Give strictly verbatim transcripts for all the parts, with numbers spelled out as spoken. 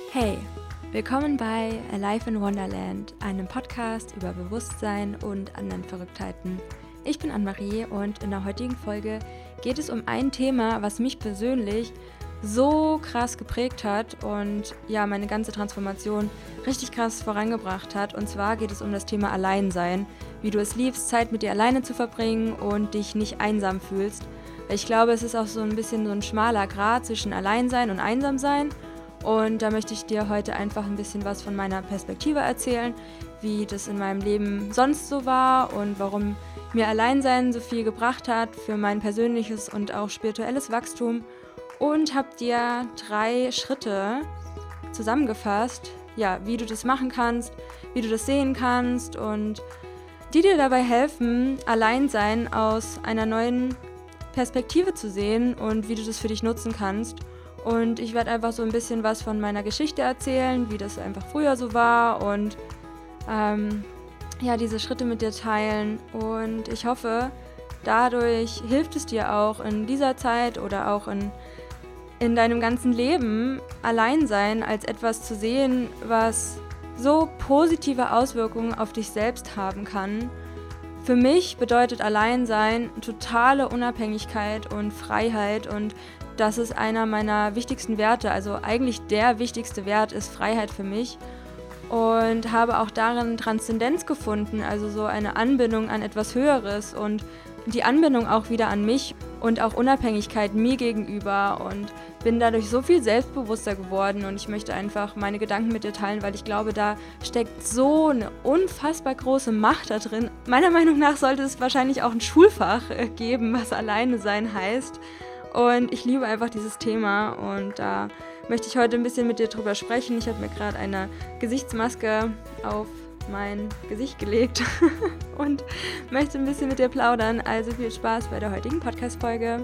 Hey, willkommen bei Alive in Wonderland, einem Podcast über Bewusstsein und anderen Verrücktheiten. Ich bin Anne-Marie und in der heutigen Folge geht es um ein Thema, was mich persönlich so krass geprägt hat und ja, meine ganze Transformation richtig krass vorangebracht hat. Und zwar geht es um das Thema Alleinsein, wie du es liebst, Zeit mit dir alleine zu verbringen und dich nicht einsam fühlst. Ich glaube, es ist auch so ein bisschen so ein schmaler Grat zwischen Alleinsein und Einsamsein. Und da möchte ich dir heute einfach ein bisschen was von meiner Perspektive erzählen, wie das in meinem Leben sonst so war und warum mir Alleinsein so viel gebracht hat für mein persönliches und auch spirituelles Wachstum. Und habe dir drei Schritte zusammengefasst, ja, wie du das machen kannst, wie du das sehen kannst und die dir dabei helfen, Alleinsein aus einer neuen Perspektive zu sehen und wie du das für dich nutzen kannst. Und ich werde einfach so ein bisschen was von meiner Geschichte erzählen, wie das einfach früher so war und ähm, ja, diese Schritte mit dir teilen. Und ich hoffe, dadurch hilft es dir auch in dieser Zeit oder auch in, in deinem ganzen Leben, Alleinsein als etwas zu sehen, was so positive Auswirkungen auf dich selbst haben kann. Für mich bedeutet Alleinsein totale Unabhängigkeit und Freiheit und das ist einer meiner wichtigsten Werte, also eigentlich der wichtigste Wert ist Freiheit für mich und habe auch darin Transzendenz gefunden, also so eine Anbindung an etwas Höheres und die Anbindung auch wieder an mich und auch Unabhängigkeit mir gegenüber und bin dadurch so viel selbstbewusster geworden und ich möchte einfach meine Gedanken mit dir teilen, weil ich glaube, da steckt so eine unfassbar große Macht da drin. Meiner Meinung nach sollte es wahrscheinlich auch ein Schulfach geben, was Alleine sein heißt. Und ich liebe einfach dieses Thema und da möchte ich heute ein bisschen mit dir drüber sprechen. Ich habe mir gerade eine Gesichtsmaske auf mein Gesicht gelegt und möchte ein bisschen mit dir plaudern. Also viel Spaß bei der heutigen Podcast-Folge.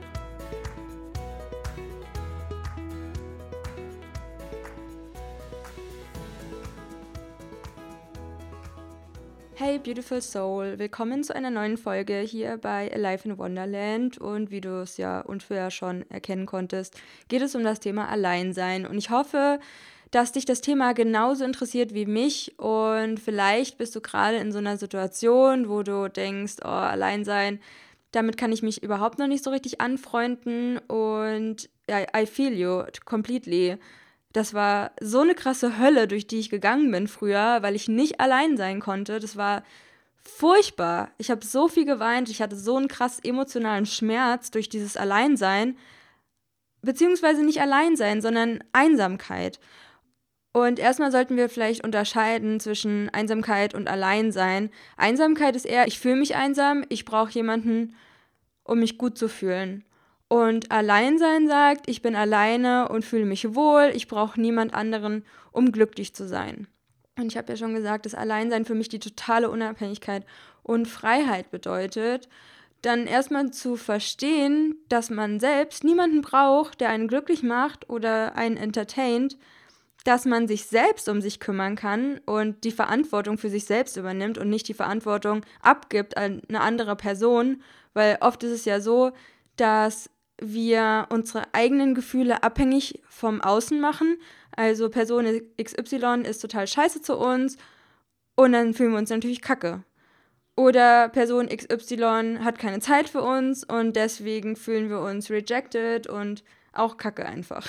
Hey Beautiful Soul, willkommen zu einer neuen Folge hier bei Alive in Wonderland und wie du es ja unschwer schon erkennen konntest, geht es um das Thema Alleinsein und ich hoffe, dass dich das Thema genauso interessiert wie mich und vielleicht bist du gerade in so einer Situation, wo du denkst, oh, Alleinsein, damit kann ich mich überhaupt noch nicht so richtig anfreunden und I, I feel you completely. Das war so eine krasse Hölle, durch die ich gegangen bin früher, weil ich nicht allein sein konnte. Das war furchtbar. Ich habe so viel geweint, ich hatte so einen krass emotionalen Schmerz durch dieses Alleinsein, beziehungsweise nicht Alleinsein, sondern Einsamkeit. Und erstmal sollten wir vielleicht unterscheiden zwischen Einsamkeit und Alleinsein. Einsamkeit ist eher, ich fühle mich einsam, ich brauche jemanden, um mich gut zu fühlen. Und Alleinsein sagt, ich bin alleine und fühle mich wohl, ich brauche niemand anderen, um glücklich zu sein. Und ich habe ja schon gesagt, dass Alleinsein für mich die totale Unabhängigkeit und Freiheit bedeutet. Dann erstmal zu verstehen, dass man selbst niemanden braucht, der einen glücklich macht oder einen entertaint, dass man sich selbst um sich kümmern kann und die Verantwortung für sich selbst übernimmt und nicht die Verantwortung abgibt an eine andere Person, weil oft ist es ja so, dass wir unsere eigenen Gefühle abhängig vom Außen machen. Also Person X Y ist total scheiße zu uns und dann fühlen wir uns natürlich kacke. Oder Person X Y hat keine Zeit für uns und deswegen fühlen wir uns rejected und auch kacke einfach.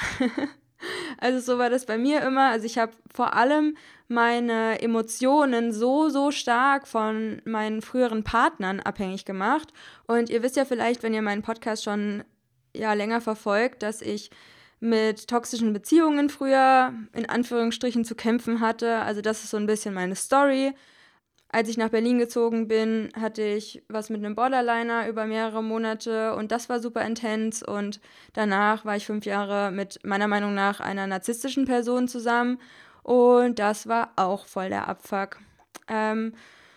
Also so war das bei mir immer. Also ich habe vor allem meine Emotionen so, so stark von meinen früheren Partnern abhängig gemacht. Und ihr wisst ja vielleicht, wenn ihr meinen Podcast schon ja, länger verfolgt, dass ich mit toxischen Beziehungen früher in Anführungsstrichen zu kämpfen hatte. Also das ist so ein bisschen meine Story. Als ich nach Berlin gezogen bin, hatte ich was mit einem Borderliner über mehrere Monate und das war super intens und danach war ich fünf Jahre mit meiner Meinung nach einer narzisstischen Person zusammen und das war auch voll der Abfuck. Ähm,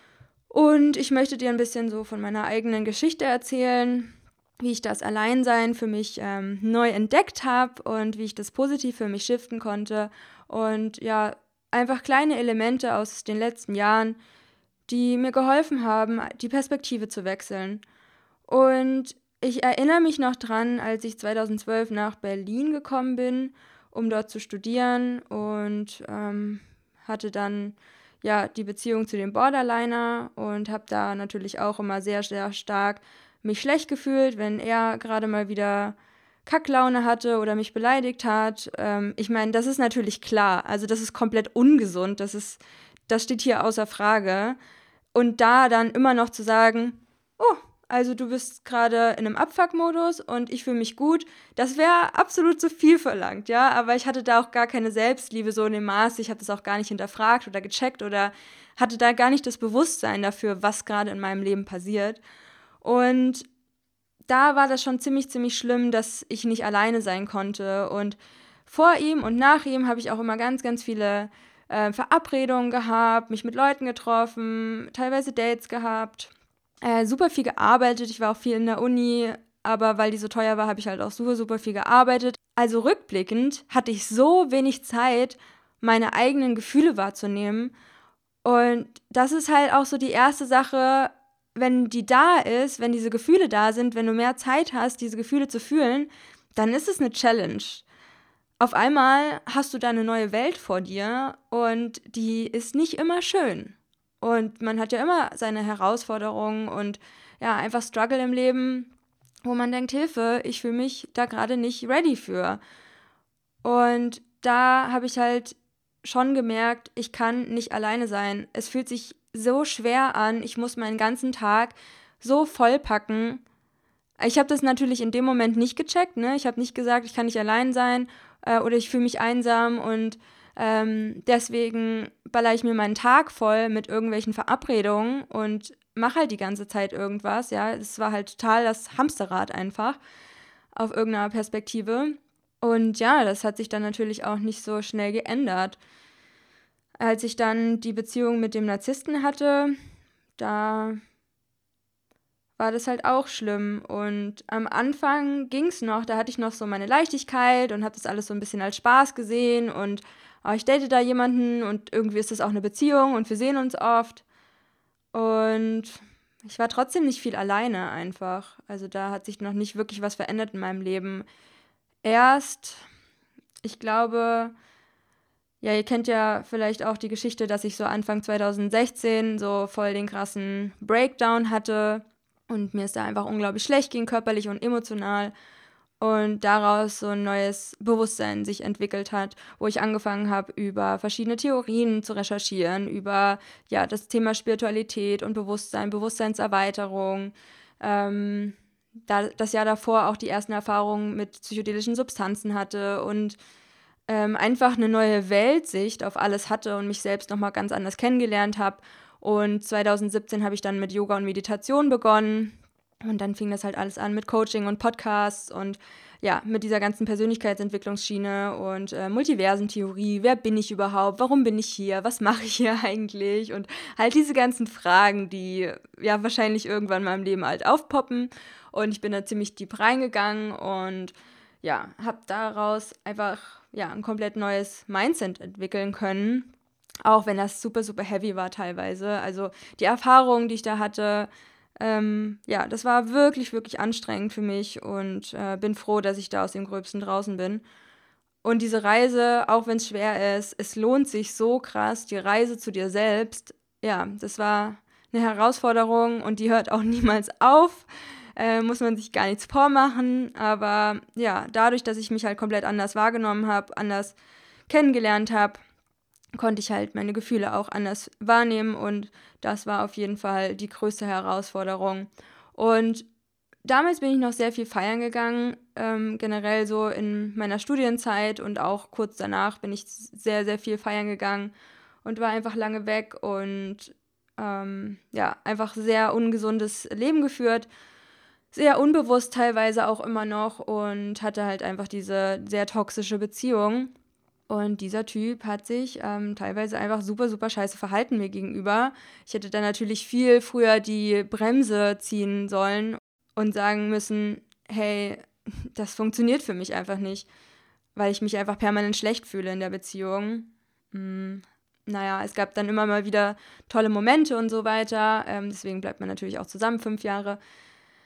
und ich möchte dir ein bisschen so von meiner eigenen Geschichte erzählen, wie ich das Alleinsein für mich ähm, neu entdeckt habe und wie ich das positiv für mich shiften konnte und ja, einfach kleine Elemente aus den letzten Jahren, die mir geholfen haben, die Perspektive zu wechseln. Und ich erinnere mich noch dran, als ich zweitausendzwölf nach Berlin gekommen bin um dort zu studieren und ähm, hatte dann ja die Beziehung zu dem Borderliner und habe da natürlich auch immer sehr, sehr stark mich schlecht gefühlt, wenn er gerade mal wieder Kacklaune hatte oder mich beleidigt hat. Ähm, ich meine, das ist natürlich klar, also das ist komplett ungesund, das ist, das steht hier außer Frage. Und da dann immer noch zu sagen, oh, also du bist gerade in einem Abfuck-Modus und ich fühle mich gut, das wäre absolut zu viel verlangt, ja, aber ich hatte da auch gar keine Selbstliebe so in dem Maß, ich habe das auch gar nicht hinterfragt oder gecheckt oder hatte da gar nicht das Bewusstsein dafür, was gerade in meinem Leben passiert. Und da war das schon ziemlich, ziemlich schlimm, dass ich nicht alleine sein konnte. Und vor ihm und nach ihm habe ich auch immer ganz, ganz viele äh, Verabredungen gehabt, mich mit Leuten getroffen, teilweise Dates gehabt, äh, super viel gearbeitet. Ich war auch viel in der Uni, aber weil die so teuer war, habe ich halt auch super, super viel gearbeitet. Also rückblickend hatte ich so wenig Zeit, meine eigenen Gefühle wahrzunehmen. Und das ist halt auch so die erste Sache, wenn die da ist, wenn diese Gefühle da sind, wenn du mehr Zeit hast, diese Gefühle zu fühlen, dann ist es eine Challenge. Auf einmal hast du da eine neue Welt vor dir und die ist nicht immer schön. Und man hat ja immer seine Herausforderungen und ja, einfach Struggle im Leben, wo man denkt, Hilfe, ich fühle mich da gerade nicht ready für. Und da habe ich halt schon gemerkt, ich kann nicht alleine sein. Es fühlt sich so schwer an, ich muss meinen ganzen Tag so vollpacken. Ich habe das natürlich in dem Moment nicht gecheckt, ne? Ich habe nicht gesagt, ich kann nicht allein sein äh, oder ich fühle mich einsam und ähm, deswegen baller ich mir meinen Tag voll mit irgendwelchen Verabredungen und mache halt die ganze Zeit irgendwas, ja. Es war halt total das Hamsterrad einfach auf irgendeiner Perspektive. Und ja, das hat sich dann natürlich auch nicht so schnell geändert. Als ich dann die Beziehung mit dem Narzissten hatte, da war das halt auch schlimm. Und am Anfang ging es noch, da hatte ich noch so meine Leichtigkeit und habe das alles so ein bisschen als Spaß gesehen und oh, ich date da jemanden und irgendwie ist das auch eine Beziehung und wir sehen uns oft. Und ich war trotzdem nicht viel alleine einfach. Also da hat sich noch nicht wirklich was verändert in meinem Leben. Erst, ich glaube, ja, ihr kennt ja vielleicht auch die Geschichte, dass ich so Anfang zwanzig sechzehn so voll den krassen Breakdown hatte und mir es da einfach unglaublich schlecht ging, körperlich und emotional. Und daraus so ein neues Bewusstsein sich entwickelt hat, wo ich angefangen habe, über verschiedene Theorien zu recherchieren, über ja, das Thema Spiritualität und Bewusstsein, Bewusstseinserweiterung. Ähm, da, das Jahr davor auch die ersten Erfahrungen mit psychedelischen Substanzen hatte und ähm, einfach eine neue Weltsicht auf alles hatte und mich selbst nochmal ganz anders kennengelernt habe. Und zwanzig siebzehn habe ich dann mit Yoga und Meditation begonnen. Und dann fing das halt alles an mit Coaching und Podcasts und ja, mit dieser ganzen Persönlichkeitsentwicklungsschiene und äh, Multiversentheorie. Wer bin ich überhaupt? Warum bin ich hier? Was mache ich hier eigentlich? Und halt diese ganzen Fragen, die ja wahrscheinlich irgendwann in meinem Leben halt aufpoppen. Und ich bin da ziemlich deep reingegangen und ja, habe daraus einfach ja, ein komplett neues Mindset entwickeln können. Auch wenn das super, super heavy war teilweise. Also die Erfahrungen, die ich da hatte, ähm, ja, das war wirklich, wirklich anstrengend für mich und äh, bin froh, dass ich da aus dem Gröbsten draußen bin. Und diese Reise, auch wenn es schwer ist, es lohnt sich so krass, die Reise zu dir selbst. Ja, das war eine Herausforderung und die hört auch niemals auf. Äh, muss man sich gar nichts vormachen. Aber ja, dadurch, dass ich mich halt komplett anders wahrgenommen habe, anders kennengelernt habe, konnte ich halt meine Gefühle auch anders wahrnehmen und das war auf jeden Fall die größte Herausforderung. Und damals bin ich noch sehr viel feiern gegangen, ähm, generell so in meiner Studienzeit und auch kurz danach bin ich sehr, sehr viel feiern gegangen und war einfach lange weg und ähm, ja, einfach sehr ungesundes Leben geführt, sehr unbewusst teilweise auch immer noch und hatte halt einfach diese sehr toxische Beziehung. Und dieser Typ hat sich ähm, teilweise einfach super, super scheiße verhalten mir gegenüber. Ich hätte dann natürlich viel früher die Bremse ziehen sollen und sagen müssen, hey, das funktioniert für mich einfach nicht, weil ich mich einfach permanent schlecht fühle in der Beziehung. Hm, naja, es gab dann immer mal wieder tolle Momente und so weiter. Ähm, deswegen bleibt man natürlich auch zusammen fünf Jahre.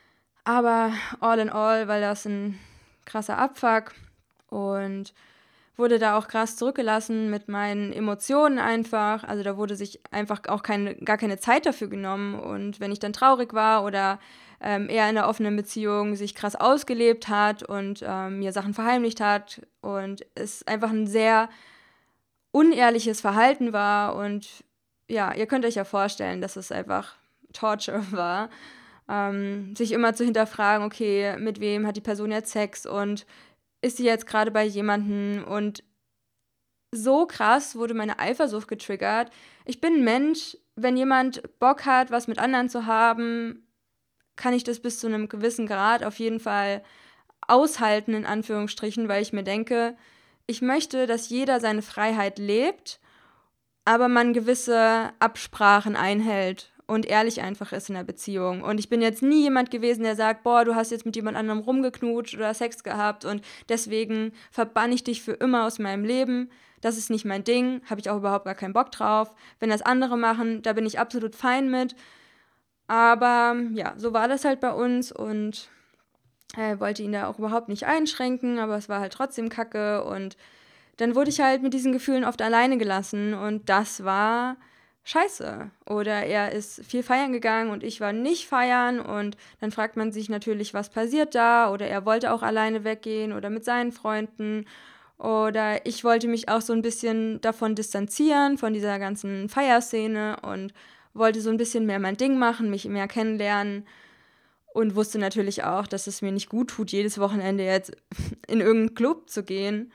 Aber all in all war das ein krasser Abfuck und wurde da auch krass zurückgelassen mit meinen Emotionen einfach. Also da wurde sich einfach auch keine, gar keine Zeit dafür genommen. Und wenn ich dann traurig war oder ähm, er in einer offenen Beziehung sich krass ausgelebt hat und ähm, mir Sachen verheimlicht hat und es einfach ein sehr unehrliches Verhalten war. Und ja, ihr könnt euch ja vorstellen, dass es einfach Torture war. Ähm, sich immer zu hinterfragen, okay, mit wem hat die Person jetzt Sex und ist sie jetzt gerade bei jemandem, und so krass wurde meine Eifersucht getriggert. Ich bin ein Mensch, wenn jemand Bock hat, was mit anderen zu haben, kann ich das bis zu einem gewissen Grad auf jeden Fall aushalten, in Anführungsstrichen, weil ich mir denke, ich möchte, dass jeder seine Freiheit lebt, aber man gewisse Absprachen einhält und ehrlich einfach ist in der Beziehung. Und ich bin jetzt nie jemand gewesen, der sagt, boah, du hast jetzt mit jemand anderem rumgeknutscht oder Sex gehabt und deswegen verbann ich dich für immer aus meinem Leben. Das ist nicht mein Ding, habe ich auch überhaupt gar keinen Bock drauf. Wenn das andere machen, da bin ich absolut fein mit. Aber ja, so war das halt bei uns und er wollte ihn da auch überhaupt nicht einschränken, aber es war halt trotzdem kacke und dann wurde ich halt mit diesen Gefühlen oft alleine gelassen und das war scheiße. Oder er ist viel feiern gegangen und ich war nicht feiern und dann fragt man sich natürlich, was passiert da, oder er wollte auch alleine weggehen oder mit seinen Freunden oder ich wollte mich auch so ein bisschen davon distanzieren, von dieser ganzen Feierszene und wollte so ein bisschen mehr mein Ding machen, mich mehr kennenlernen. Und wusste natürlich auch, dass es mir nicht gut tut, jedes Wochenende jetzt in irgendeinen Club zu gehen.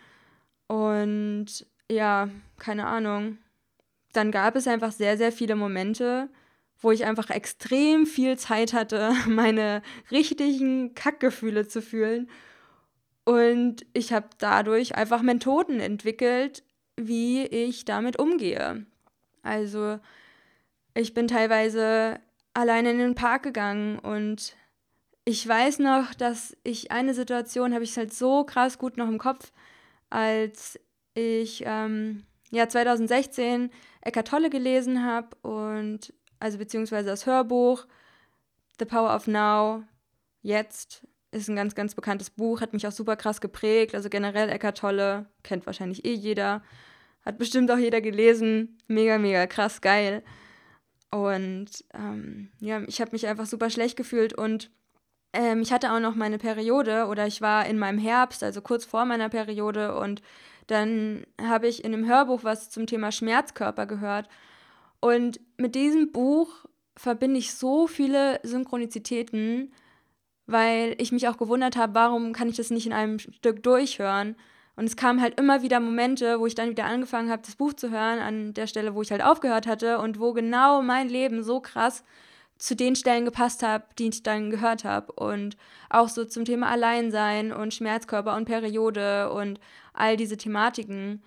Und ja, keine Ahnung. Dann gab es einfach sehr, sehr viele Momente, wo ich einfach extrem viel Zeit hatte, meine richtigen Kackgefühle zu fühlen. Und ich habe dadurch einfach Methoden entwickelt, wie ich damit umgehe. Also ich bin teilweise alleine in den Park gegangen und ich weiß noch, dass ich eine Situation, habe ich halt so krass gut noch im Kopf, als ich ähm, ja zwanzig sechzehn Eckhart Tolle gelesen habe und also beziehungsweise das Hörbuch The Power of Now, jetzt ist ein ganz, ganz bekanntes Buch, hat mich auch super krass geprägt, also generell Eckhart Tolle, kennt wahrscheinlich eh jeder, hat bestimmt auch jeder gelesen, mega, mega krass geil und ähm, ja, ich habe mich einfach super schlecht gefühlt und Ähm, ich hatte auch noch meine Periode oder ich war in meinem Herbst, also kurz vor meiner Periode und dann habe ich in einem Hörbuch was zum Thema Schmerzkörper gehört und mit diesem Buch verbinde ich so viele Synchronizitäten, weil ich mich auch gewundert habe, warum kann ich das nicht in einem Stück durchhören, und es kamen halt immer wieder Momente, wo ich dann wieder angefangen habe, das Buch zu hören, an der Stelle, wo ich halt aufgehört hatte und wo genau mein Leben so krass zu den Stellen gepasst habe, die ich dann gehört habe. Und auch so zum Thema Alleinsein und Schmerzkörper und Periode und all diese Thematiken.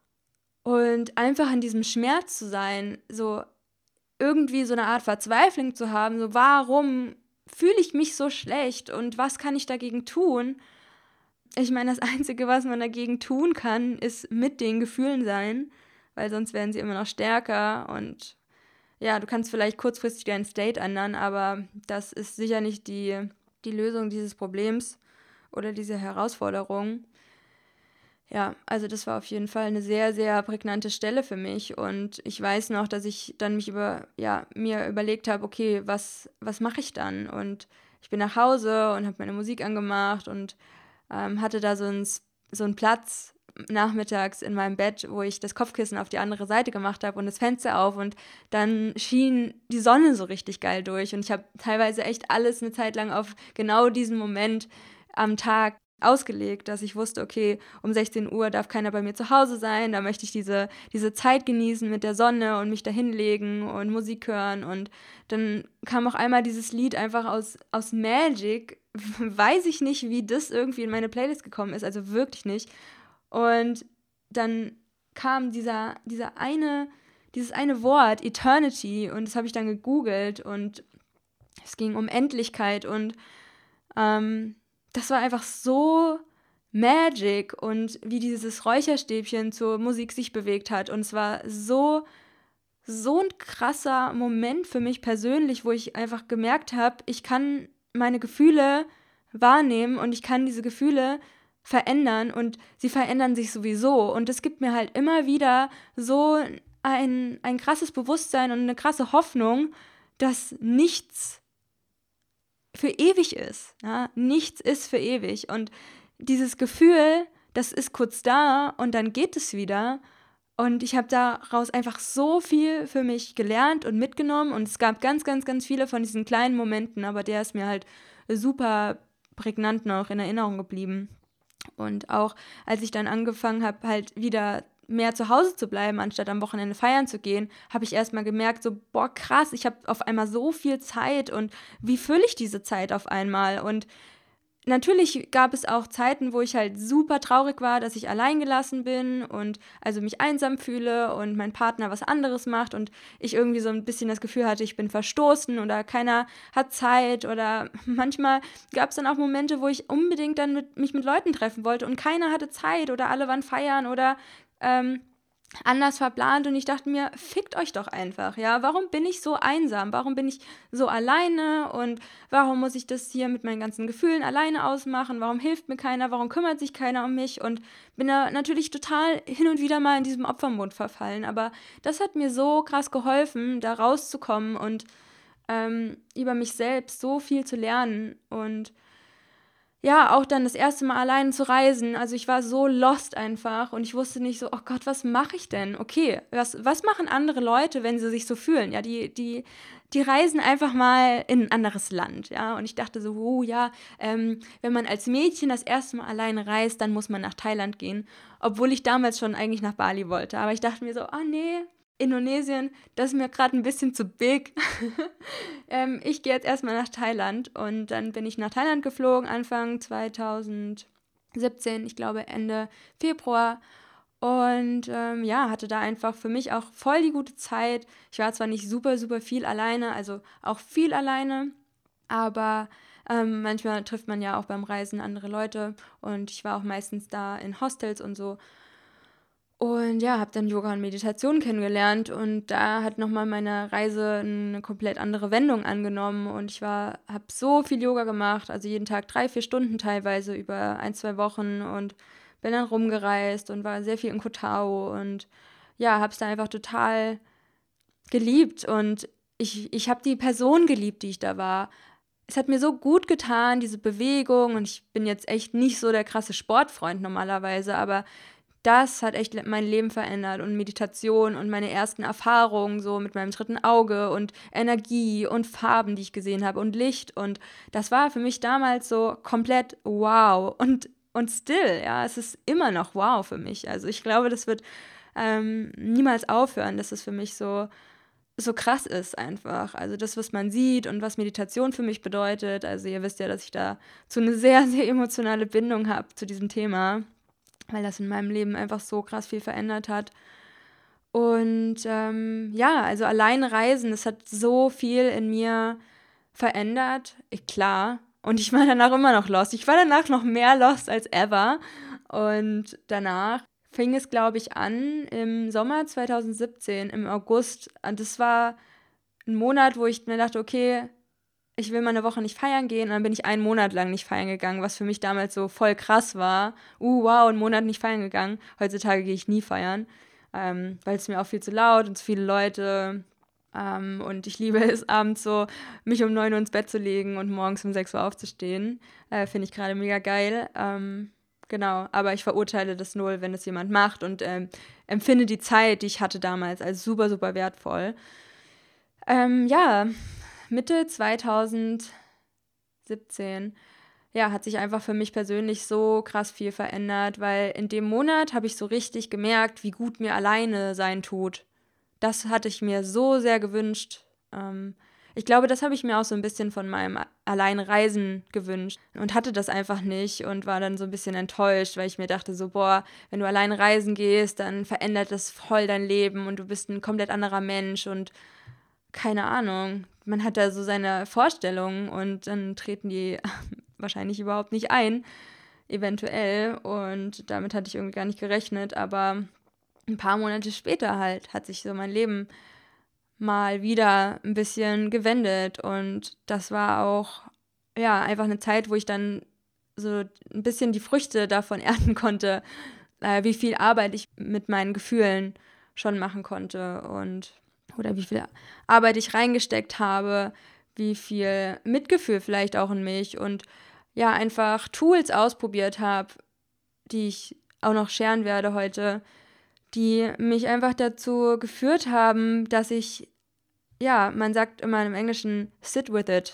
Und einfach in diesem Schmerz zu sein, so irgendwie so eine Art Verzweiflung zu haben, so warum fühle ich mich so schlecht und was kann ich dagegen tun? Ich meine, das Einzige, was man dagegen tun kann, ist mit den Gefühlen sein, weil sonst werden sie immer noch stärker und ja, du kannst vielleicht kurzfristig dein State ändern, aber das ist sicher nicht die, die Lösung dieses Problems oder dieser Herausforderung. Ja, also das war auf jeden Fall eine sehr, sehr prägnante Stelle für mich und ich weiß noch, dass ich dann mich über, ja, mir überlegt habe, okay, was, was mache ich dann? Und ich bin nach Hause und habe meine Musik angemacht und ähm, hatte da so einen, so einen Platz nachmittags in meinem Bett, wo ich das Kopfkissen auf die andere Seite gemacht habe und das Fenster auf und dann schien die Sonne so richtig geil durch und ich habe teilweise echt alles eine Zeit lang auf genau diesen Moment am Tag ausgelegt, dass ich wusste, okay, um sechzehn Uhr darf keiner bei mir zu Hause sein, da möchte ich diese, diese Zeit genießen mit der Sonne und mich da hinlegen und Musik hören und dann kam auch einmal dieses Lied einfach aus, aus Magic, weiß ich nicht, wie das irgendwie in meine Playlist gekommen ist, also wirklich nicht. Und dann kam dieser, dieser eine, dieses eine Wort, Eternity, und das habe ich dann gegoogelt und es ging um Endlichkeit und ähm, das war einfach so Magic und wie dieses Räucherstäbchen zur Musik sich bewegt hat und es war so, so ein krasser Moment für mich persönlich, wo ich einfach gemerkt habe, ich kann meine Gefühle wahrnehmen und ich kann diese Gefühle verändern und sie verändern sich sowieso. Und es gibt mir halt immer wieder so ein, ein krasses Bewusstsein und eine krasse Hoffnung, dass nichts für ewig ist. Ja? Nichts ist für ewig. Und dieses Gefühl, das ist kurz da und dann geht es wieder. Und ich habe daraus einfach so viel für mich gelernt und mitgenommen. Und es gab ganz, ganz, ganz viele von diesen kleinen Momenten, aber der ist mir halt super prägnant noch in Erinnerung geblieben. Und auch als ich dann angefangen habe, halt wieder mehr zu Hause zu bleiben, anstatt am Wochenende feiern zu gehen, habe ich erstmal gemerkt, so, boah, krass, ich habe auf einmal so viel Zeit und wie fülle ich diese Zeit auf einmal? Und natürlich gab es auch Zeiten, wo ich halt super traurig war, dass ich allein gelassen bin und also mich einsam fühle und mein Partner was anderes macht und ich irgendwie so ein bisschen das Gefühl hatte, ich bin verstoßen oder keiner hat Zeit oder manchmal gab es dann auch Momente, wo ich unbedingt dann mit, mich mit Leuten treffen wollte und keiner hatte Zeit oder alle waren feiern oder ähm, anders verplant und ich dachte mir, fickt euch doch einfach, ja, warum bin ich so einsam, warum bin ich so alleine und warum muss ich das hier mit meinen ganzen Gefühlen alleine ausmachen, warum hilft mir keiner, warum kümmert sich keiner um mich und bin da natürlich total hin und wieder mal in diesem Opfermod verfallen, aber das hat mir so krass geholfen, da rauszukommen und ähm, über mich selbst so viel zu lernen und ja, auch dann das erste Mal allein zu reisen. Also ich war so lost einfach und ich wusste nicht so, oh Gott, was mache ich denn? Okay, was, was machen andere Leute, wenn sie sich so fühlen? Ja, die, die, die reisen einfach mal in ein anderes Land, ja. Und ich dachte so, oh ja, ähm, wenn man als Mädchen das erste Mal alleine reist, dann muss man nach Thailand gehen. Obwohl ich damals schon eigentlich nach Bali wollte. Aber ich dachte mir so, oh nee, Indonesien, das ist mir gerade ein bisschen zu big. ähm, ich gehe jetzt erstmal nach Thailand und dann bin ich nach Thailand geflogen, Anfang zwanzig siebzehn, ich glaube Ende Februar und ähm, ja, hatte da einfach für mich auch voll die gute Zeit. Ich war zwar nicht super, super viel alleine, also auch viel alleine, aber ähm, manchmal trifft man ja auch beim Reisen andere Leute und ich war auch meistens da in Hostels und so. Und ja, habe dann Yoga und Meditation kennengelernt und da hat nochmal meine Reise eine komplett andere Wendung angenommen und ich war, habe so viel Yoga gemacht, also jeden Tag drei, vier Stunden teilweise über ein, zwei Wochen und bin dann rumgereist und war sehr viel in Koh Tao und ja, habe es da einfach total geliebt und ich, ich habe die Person geliebt, die ich da war. Es hat mir so gut getan, diese Bewegung und ich bin jetzt echt nicht so der krasse Sportfreund normalerweise, aber das hat echt mein Leben verändert und Meditation und meine ersten Erfahrungen so mit meinem dritten Auge und Energie und Farben, die ich gesehen habe und Licht und das war für mich damals so komplett wow und, und still, ja, es ist immer noch wow für mich. Also ich glaube, das wird ähm, niemals aufhören, dass es für mich so, so krass ist einfach. Also das, was man sieht und was Meditation für mich bedeutet, also ihr wisst ja, dass ich da so eine sehr, sehr emotionale Bindung habe zu diesem Thema, weil das in meinem Leben einfach so krass viel verändert hat. Und ähm, ja, also allein reisen, das hat so viel in mir verändert. Ich, klar. Und ich war danach immer noch lost. Ich war danach noch mehr lost als ever. Und danach fing es, glaube ich, an im Sommer zwanzig siebzehn, im August. Und das war ein Monat, wo ich mir dachte, okay, ich will mal eine Woche nicht feiern gehen. Und dann bin ich einen Monat lang nicht feiern gegangen, was für mich damals so voll krass war. Uh, wow, einen Monat nicht feiern gegangen. Heutzutage gehe ich nie feiern, ähm, weil es mir auch viel zu laut und zu viele Leute. Ähm, und ich liebe es, abends so mich um neun Uhr ins Bett zu legen und morgens um sechs Uhr aufzustehen. Äh, finde ich gerade mega geil. Ähm, genau, aber ich verurteile das null, wenn es jemand macht und ähm, empfinde die Zeit, die ich hatte damals, als super, super wertvoll. Ähm, ja, Mitte zwanzig siebzehn, ja, hat sich einfach für mich persönlich so krass viel verändert, weil in dem Monat habe ich so richtig gemerkt, wie gut mir alleine sein tut. Das hatte ich mir so sehr gewünscht. Ähm, ich glaube, das habe ich mir auch so ein bisschen von meinem Alleinreisen gewünscht und hatte das einfach nicht und war dann so ein bisschen enttäuscht, weil ich mir dachte so, boah, wenn du allein reisen gehst, dann verändert das voll dein Leben und du bist ein komplett anderer Mensch und keine Ahnung, man hat da so seine Vorstellungen und dann treten die wahrscheinlich überhaupt nicht ein, eventuell. Und damit hatte ich irgendwie gar nicht gerechnet. Aber ein paar Monate später halt hat sich so mein Leben mal wieder ein bisschen gewendet. Und das war auch, ja, einfach eine Zeit, wo ich dann so ein bisschen die Früchte davon ernten konnte, äh, wie viel Arbeit ich mit meinen Gefühlen schon machen konnte und oder wie viel Arbeit ich reingesteckt habe, wie viel Mitgefühl vielleicht auch in mich und ja, einfach Tools ausprobiert habe, die ich auch noch scheren werde heute, die mich einfach dazu geführt haben, dass ich, ja, man sagt immer im Englischen, sit with it.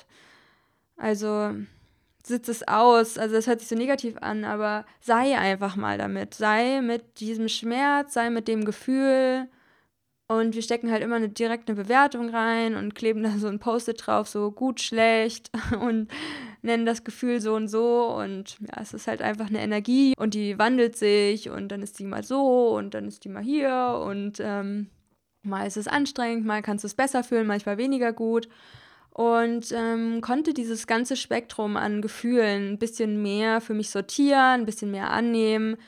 Also sitz es aus. Also das hört sich so negativ an, aber sei einfach mal damit. Sei mit diesem Schmerz, sei mit dem Gefühl. Und wir stecken halt immer eine, direkt eine Bewertung rein und kleben da so ein Post-it drauf, so gut, schlecht und nennen das Gefühl so und so. Und ja, es ist halt einfach eine Energie und die wandelt sich und dann ist die mal so und dann ist die mal hier und ähm, mal ist es anstrengend, mal kannst du es besser fühlen, manchmal weniger gut. Und ähm, konnte dieses ganze Spektrum an Gefühlen ein bisschen mehr für mich sortieren, ein bisschen mehr annehmen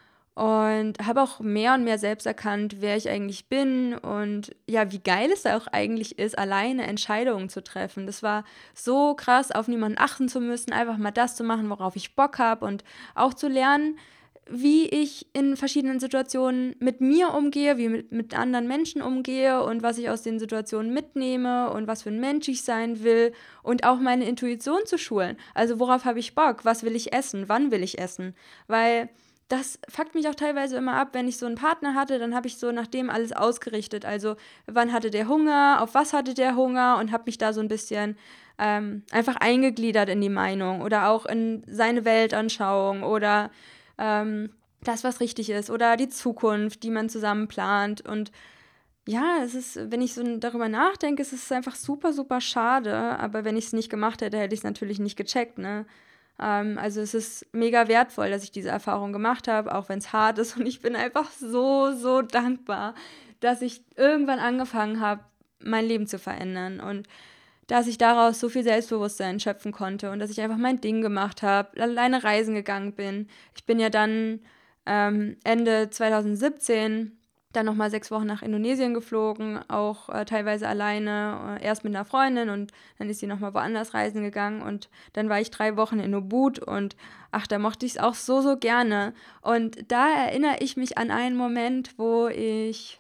und habe auch mehr und mehr selbst erkannt, wer ich eigentlich bin und ja, wie geil es auch eigentlich ist, alleine Entscheidungen zu treffen. Das war so krass, auf niemanden achten zu müssen, einfach mal das zu machen, worauf ich Bock habe und auch zu lernen, wie ich in verschiedenen Situationen mit mir umgehe, wie mit, mit anderen Menschen umgehe und was ich aus den Situationen mitnehme und was für ein Mensch ich sein will und auch meine Intuition zu schulen. Also worauf habe ich Bock? Was will ich essen? Wann will ich essen? Weil das fuckt mich auch teilweise immer ab, wenn ich so einen Partner hatte, dann habe ich so nach dem alles ausgerichtet. Also wann hatte der Hunger, auf was hatte der Hunger und habe mich da so ein bisschen ähm, einfach eingegliedert in die Meinung oder auch in seine Weltanschauung oder ähm, das, was richtig ist oder die Zukunft, die man zusammen plant. Und ja, es ist, wenn ich so darüber nachdenke, es ist einfach super, super schade. Aber wenn ich es nicht gemacht hätte, hätte ich es natürlich nicht gecheckt, ne? Ähm, also es ist mega wertvoll, dass ich diese Erfahrung gemacht habe, auch wenn es hart ist. Und ich bin einfach so, so dankbar, dass ich irgendwann angefangen habe, mein Leben zu verändern. Und dass ich daraus so viel Selbstbewusstsein schöpfen konnte und dass ich einfach mein Ding gemacht habe, alleine reisen gegangen bin. Ich bin ja dann ähm, Ende zwanzig siebzehn dann nochmal sechs Wochen nach Indonesien geflogen, auch äh, teilweise alleine, äh, erst mit einer Freundin und dann ist sie nochmal woanders reisen gegangen und dann war ich drei Wochen in Ubud und ach, da mochte ich es auch so, so gerne. Und da erinnere ich mich an einen Moment, wo ich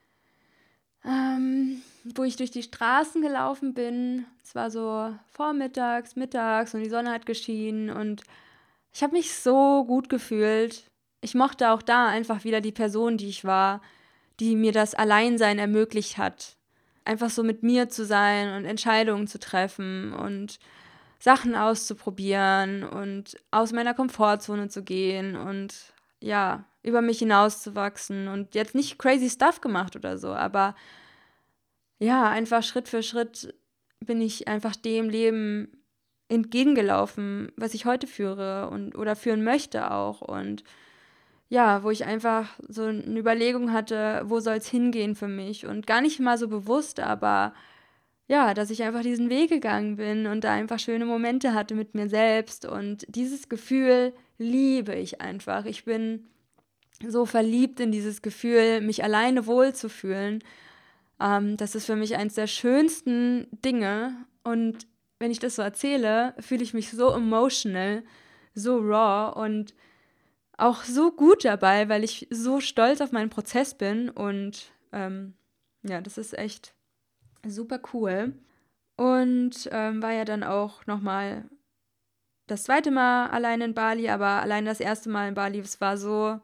ähm, wo ich durch die Straßen gelaufen bin. Es war so vormittags, mittags und die Sonne hat geschienen und ich habe mich so gut gefühlt. Ich mochte auch da einfach wieder die Person, die ich war, die mir das Alleinsein ermöglicht hat. Einfach so mit mir zu sein und Entscheidungen zu treffen und Sachen auszuprobieren und aus meiner Komfortzone zu gehen und ja, über mich hinauszuwachsen und jetzt nicht crazy stuff gemacht oder so, aber ja, einfach Schritt für Schritt bin ich einfach dem Leben entgegengelaufen, was ich heute führe und oder führen möchte auch. Und ja, wo ich einfach so eine Überlegung hatte, wo soll es hingehen für mich? Und gar nicht mal so bewusst, aber ja, dass ich einfach diesen Weg gegangen bin und da einfach schöne Momente hatte mit mir selbst. Und dieses Gefühl liebe ich einfach. Ich bin so verliebt in dieses Gefühl, mich alleine wohlzufühlen. Ähm, das ist für mich eins der schönsten Dinge und wenn ich das so erzähle, fühle ich mich so emotional, so raw und auch so gut dabei, weil ich so stolz auf meinen Prozess bin und ähm, ja, das ist echt super cool. Und ähm, war ja dann auch nochmal das zweite Mal allein in Bali, aber allein das erste Mal in Bali, es war so,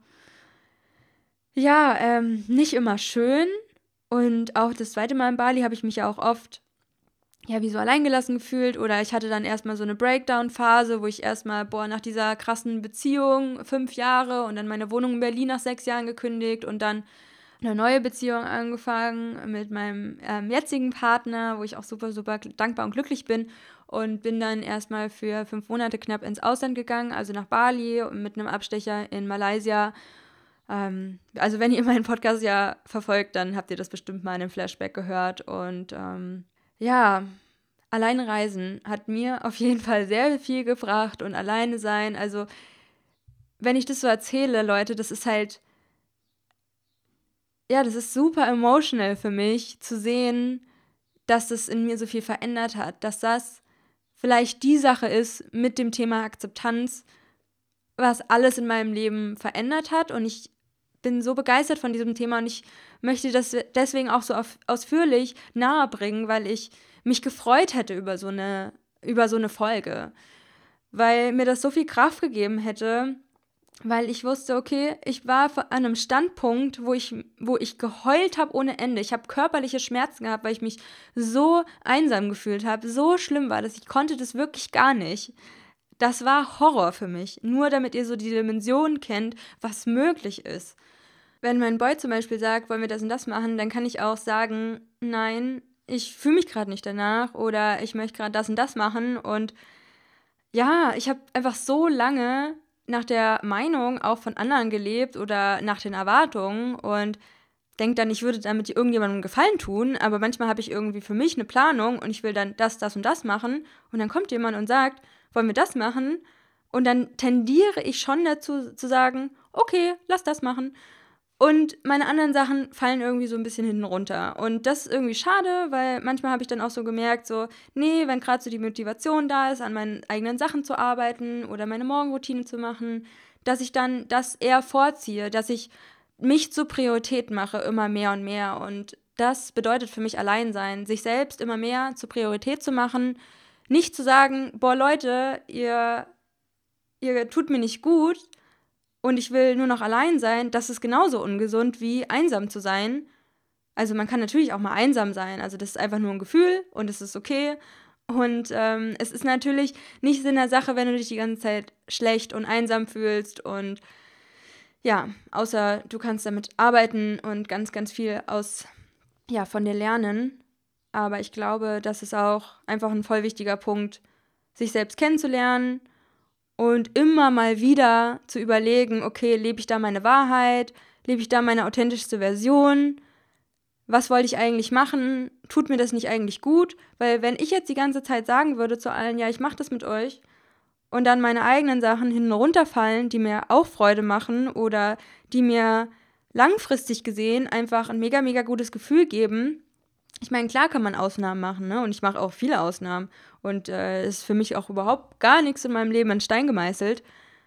ja, ähm, nicht immer schön. Und auch das zweite Mal in Bali habe ich mich ja auch oft, ja, wie so alleingelassen gefühlt. Oder ich hatte dann erstmal so eine Breakdown-Phase, wo ich erstmal, boah, nach dieser krassen Beziehung, fünf Jahre und dann meine Wohnung in Berlin nach sechs Jahren gekündigt und dann eine neue Beziehung angefangen mit meinem ähm, jetzigen Partner, wo ich auch super, super dankbar und glücklich bin. Und bin dann erstmal für fünf Monate knapp ins Ausland gegangen, also nach Bali mit einem Abstecher in Malaysia. Ähm, also wenn ihr meinen Podcast ja verfolgt, dann habt ihr das bestimmt mal in einem Flashback gehört. Und ähm, ja, alleine reisen hat mir auf jeden Fall sehr viel gebracht und alleine sein. Also wenn ich das so erzähle, Leute, das ist halt, ja, das ist super emotional für mich zu sehen, dass das in mir so viel verändert hat, dass das vielleicht die Sache ist mit dem Thema Akzeptanz, was alles in meinem Leben verändert hat und ich bin so begeistert von diesem Thema und ich möchte das deswegen auch so ausführlich nahebringen, weil ich mich gefreut hätte über so eine, über so eine Folge, weil mir das so viel Kraft gegeben hätte, weil ich wusste, okay, ich war an einem Standpunkt, wo ich, wo ich geheult habe ohne Ende. Ich habe körperliche Schmerzen gehabt, weil ich mich so einsam gefühlt habe, so schlimm war das, ich konnte das wirklich gar nicht. Das war Horror für mich, nur damit ihr so die Dimension kennt, was möglich ist. Wenn mein Boy zum Beispiel sagt, wollen wir das und das machen, dann kann ich auch sagen, nein, ich fühle mich gerade nicht danach oder ich möchte gerade das und das machen. Und ja, ich habe einfach so lange nach der Meinung auch von anderen gelebt oder nach den Erwartungen und denke dann, ich würde damit irgendjemandem einen Gefallen tun, aber manchmal habe ich irgendwie für mich eine Planung und ich will dann das, das und das machen und dann kommt jemand und sagt, wollen wir das machen? Und dann tendiere ich schon dazu zu sagen, okay, lass das machen. Und meine anderen Sachen fallen irgendwie so ein bisschen hinten runter. Und das ist irgendwie schade, weil manchmal habe ich dann auch so gemerkt, so, nee, wenn gerade so die Motivation da ist, an meinen eigenen Sachen zu arbeiten oder meine Morgenroutine zu machen, dass ich dann das eher vorziehe, dass ich mich zur Priorität mache, immer mehr und mehr. Und das bedeutet für mich Alleinsein, sich selbst immer mehr zur Priorität zu machen, nicht zu sagen, boah Leute, ihr, ihr tut mir nicht gut, und ich will nur noch allein sein, das ist genauso ungesund wie einsam zu sein. Also man kann natürlich auch mal einsam sein, also das ist einfach nur ein Gefühl und es ist okay. Und ähm, es ist natürlich nicht Sinn der Sache, wenn du dich die ganze Zeit schlecht und einsam fühlst und ja, außer du kannst damit arbeiten und ganz, ganz viel aus, ja, von dir lernen. Aber ich glaube, das ist auch einfach ein voll wichtiger Punkt, sich selbst kennenzulernen, und immer mal wieder zu überlegen, okay, lebe ich da meine Wahrheit? Lebe ich da meine authentischste Version? Was wollte ich eigentlich machen? Tut mir das nicht eigentlich gut? Weil wenn ich jetzt die ganze Zeit sagen würde zu allen, ja, ich mache das mit euch, und dann meine eigenen Sachen hinten runterfallen, die mir auch Freude machen oder die mir langfristig gesehen einfach ein mega, mega gutes Gefühl geben. Ich meine, klar kann man Ausnahmen machen, ne? Und ich mache auch viele Ausnahmen. Und äh, ist für mich auch überhaupt gar nichts in meinem Leben in Stein gemeißelt.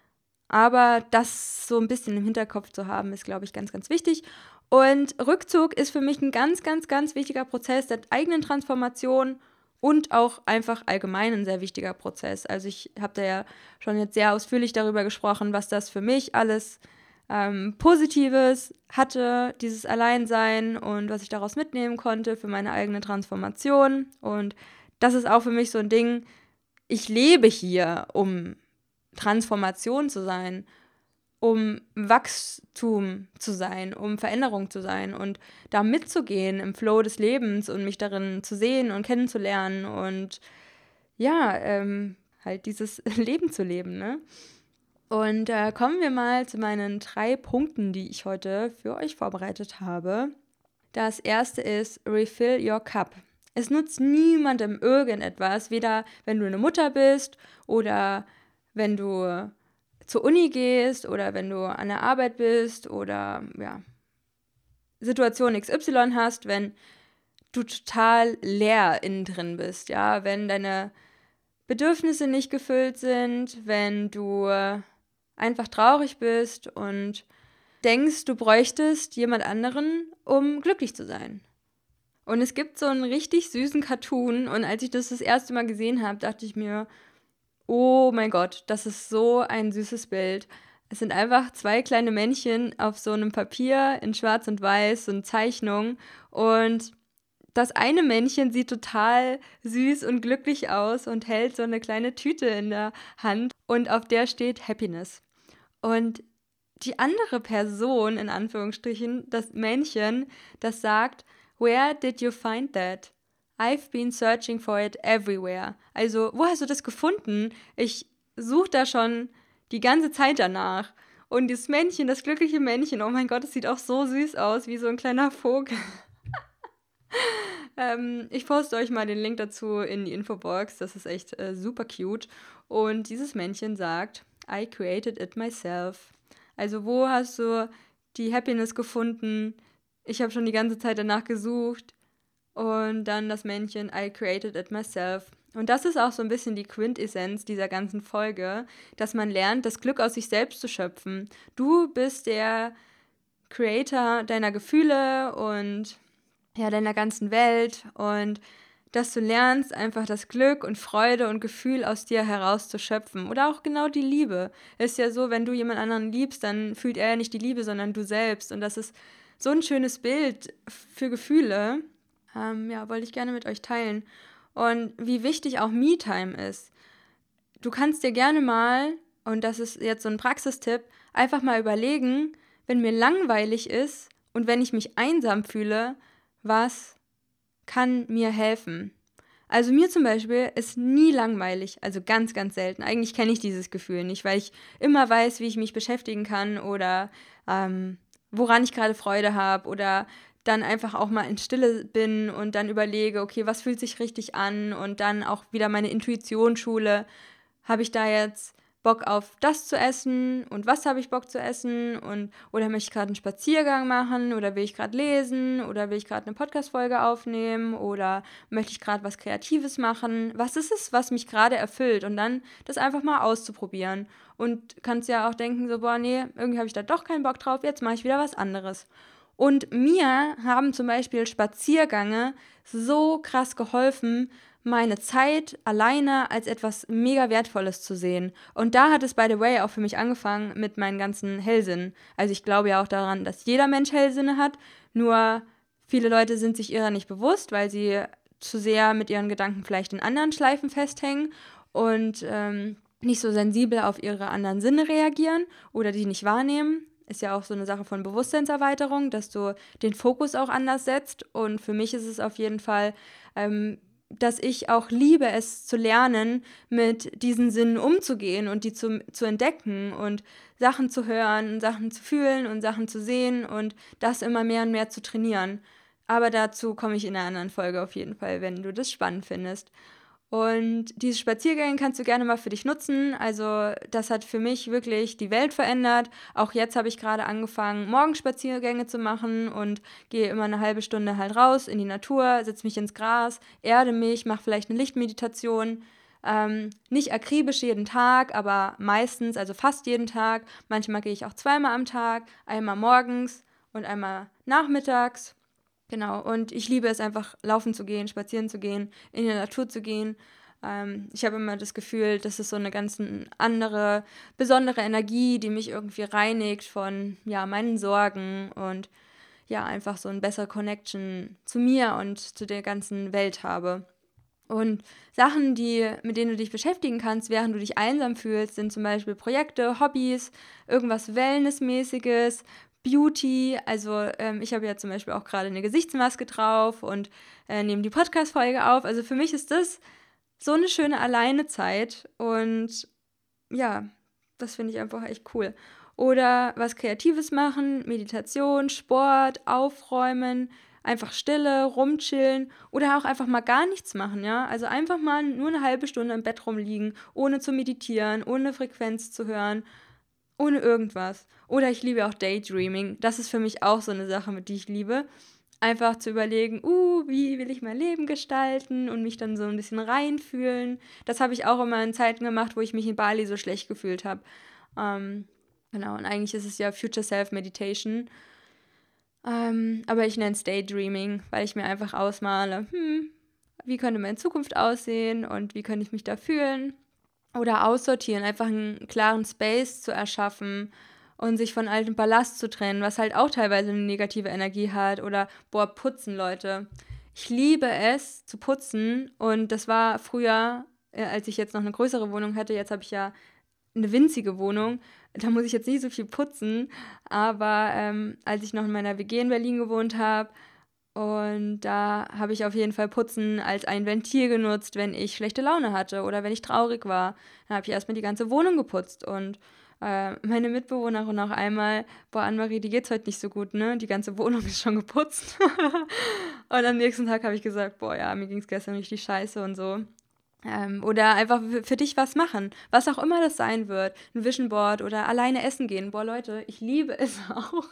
Aber das so ein bisschen im Hinterkopf zu haben, ist, glaube ich, ganz, ganz wichtig. Und Rückzug ist für mich ein ganz, ganz, ganz wichtiger Prozess der eigenen Transformation und auch einfach allgemein ein sehr wichtiger Prozess. Also ich habe da ja schon jetzt sehr ausführlich darüber gesprochen, was das für mich alles ähm, Positives hatte, dieses Alleinsein und was ich daraus mitnehmen konnte für meine eigene Transformation. Und das ist auch für mich so ein Ding, ich lebe hier, um Transformation zu sein, um Wachstum zu sein, um Veränderung zu sein und da mitzugehen im Flow des Lebens und mich darin zu sehen und kennenzulernen und ja, ähm, halt dieses Leben zu leben, ne? Und äh, kommen wir mal zu meinen drei Punkten, die ich heute für euch vorbereitet habe. Das erste ist Refill your cup. Es nutzt niemandem irgendetwas, weder wenn du eine Mutter bist oder wenn du zur Uni gehst oder wenn du an der Arbeit bist oder ja, Situation X Y hast, wenn du total leer innen drin bist, ja, wenn deine Bedürfnisse nicht gefüllt sind, wenn du einfach traurig bist und denkst, du bräuchtest jemand anderen, um glücklich zu sein. Und es gibt so einen richtig süßen Cartoon und als ich das das erste Mal gesehen habe, dachte ich mir, oh mein Gott, das ist so ein süßes Bild. Es sind einfach zwei kleine Männchen auf so einem Papier in Schwarz und Weiß, so eine Zeichnung. Und das eine Männchen sieht total süß und glücklich aus und hält so eine kleine Tüte in der Hand und auf der steht Happiness. Und die andere Person, in Anführungsstrichen, das Männchen, das sagt, where did you find that? I've been searching for it everywhere. Also, wo hast du das gefunden? Ich suche da schon die ganze Zeit danach. Und das Männchen, das glückliche Männchen, oh mein Gott, es sieht auch so süß aus, wie so ein kleiner Vogel. ähm, ich poste euch mal den Link dazu in die Infobox. Das ist echt äh, super cute. Und dieses Männchen sagt, I created it myself. Also, wo hast du die Happiness gefunden? Ich habe schon die ganze Zeit danach gesucht. Und dann das Männchen, I created it myself. Und das ist auch so ein bisschen die Quintessenz dieser ganzen Folge, dass man lernt, das Glück aus sich selbst zu schöpfen. Du bist der Creator deiner Gefühle und ja, deiner ganzen Welt und dass du lernst, einfach das Glück und Freude und Gefühl aus dir herauszuschöpfen. Oder auch genau die Liebe. Ist ja so, wenn du jemand anderen liebst, dann fühlt er ja nicht die Liebe, sondern du selbst. Und das ist so ein schönes Bild für Gefühle. Ähm, ja, wollte ich gerne mit euch teilen. Und wie wichtig auch Me-Time ist. Du kannst dir gerne mal, und das ist jetzt so ein Praxistipp, einfach mal überlegen, wenn mir langweilig ist und wenn ich mich einsam fühle, was kann mir helfen? Also mir zum Beispiel ist nie langweilig, also ganz, ganz selten. Eigentlich kenne ich dieses Gefühl nicht, weil ich immer weiß, wie ich mich beschäftigen kann oder ähm, woran ich gerade Freude habe oder dann einfach auch mal in Stille bin und dann überlege, okay, was fühlt sich richtig an und dann auch wieder meine Intuition schule. Habe ich da jetzt Bock auf das zu essen und was habe ich Bock zu essen und oder möchte ich gerade einen Spaziergang machen oder will ich gerade lesen oder will ich gerade eine Podcast-Folge aufnehmen oder möchte ich gerade was Kreatives machen? Was ist es, was mich gerade erfüllt? Und dann das einfach mal auszuprobieren. Und kannst ja auch denken, so, boah, nee, irgendwie habe ich da doch keinen Bock drauf, jetzt mache ich wieder was anderes. Und mir haben zum Beispiel Spaziergänge so krass geholfen, meine Zeit alleine als etwas mega Wertvolles zu sehen. Und da hat es, by the way, auch für mich angefangen mit meinen ganzen Hellsinnen. Also ich glaube ja auch daran, dass jeder Mensch Hellsinne hat, nur viele Leute sind sich ihrer nicht bewusst, weil sie zu sehr mit ihren Gedanken vielleicht in anderen Schleifen festhängen und ähm, nicht so sensibel auf ihre anderen Sinne reagieren oder die nicht wahrnehmen. Ist ja auch so eine Sache von Bewusstseinserweiterung, dass du den Fokus auch anders setzt. Und für mich ist es auf jeden Fall, ähm, dass ich auch liebe, es zu lernen, mit diesen Sinnen umzugehen und die zu, zu entdecken und Sachen zu hören, Sachen zu fühlen und Sachen zu sehen und das immer mehr und mehr zu trainieren. Aber dazu komme ich in einer anderen Folge auf jeden Fall, wenn du das spannend findest. Und diese Spaziergänge kannst du gerne mal für dich nutzen. Also das hat für mich wirklich die Welt verändert. Auch jetzt habe ich gerade angefangen, Morgenspaziergänge zu machen und gehe immer eine halbe Stunde halt raus in die Natur, setze mich ins Gras, erde mich, mache vielleicht eine Lichtmeditation. Ähm, nicht akribisch jeden Tag, aber meistens, also fast jeden Tag. Manchmal gehe ich auch zweimal am Tag, einmal morgens und einmal nachmittags. Genau, und ich liebe es einfach, laufen zu gehen, spazieren zu gehen, in die Natur zu gehen. Ähm, ich habe immer das Gefühl, das ist so eine ganz andere, besondere Energie, die mich irgendwie reinigt von, ja, meinen Sorgen und ja, einfach so eine bessere Connection zu mir und zu der ganzen Welt habe. Und Sachen, die, mit denen du dich beschäftigen kannst, während du dich einsam fühlst, sind zum Beispiel Projekte, Hobbys, irgendwas Wellnessmäßiges, Beauty. Also ähm, ich habe ja zum Beispiel auch gerade eine Gesichtsmaske drauf und äh, nehme die Podcast-Folge auf. Also für mich ist das so eine schöne Alleinezeit und ja, das finde ich einfach echt cool. Oder was Kreatives machen, Meditation, Sport, Aufräumen, einfach Stille, rumchillen oder auch einfach mal gar nichts machen, ja? Also einfach mal nur eine halbe Stunde im Bett rumliegen, ohne zu meditieren, ohne Frequenz zu hören, ohne irgendwas. Oder ich liebe auch Daydreaming. Das ist für mich auch so eine Sache, mit die ich liebe. Einfach zu überlegen, uh, wie will ich mein Leben gestalten und mich dann so ein bisschen reinfühlen. Das habe ich auch immer in Zeiten gemacht, wo ich mich in Bali so schlecht gefühlt habe. Ähm, genau, und eigentlich ist es ja Future Self Meditation. Ähm, aber ich nenne es Daydreaming, weil ich mir einfach ausmale, hm, wie könnte meine Zukunft aussehen und wie könnte ich mich da fühlen? Oder aussortieren, einfach einen klaren Space zu erschaffen und sich von altem Ballast zu trennen, was halt auch teilweise eine negative Energie hat. Oder, boah, putzen, Leute. Ich liebe es zu putzen und das war früher, äh, als ich jetzt noch eine größere Wohnung hatte, jetzt habe ich ja eine winzige Wohnung, da muss ich jetzt nicht so viel putzen, aber ähm, als ich noch in meiner W G in Berlin gewohnt habe, und da habe ich auf jeden Fall Putzen als ein Ventil genutzt, wenn ich schlechte Laune hatte oder wenn ich traurig war. Dann habe ich erstmal die ganze Wohnung geputzt und äh, meine Mitbewohnerin auch einmal, boah, Annemarie, die geht's heute nicht so gut, ne? Die ganze Wohnung ist schon geputzt. Und am nächsten Tag habe ich gesagt, boah, ja, mir ging's gestern richtig scheiße und so. Ähm, oder einfach für, für dich was machen, was auch immer das sein wird. Ein Vision Board oder alleine essen gehen. Boah, Leute, ich liebe es auch.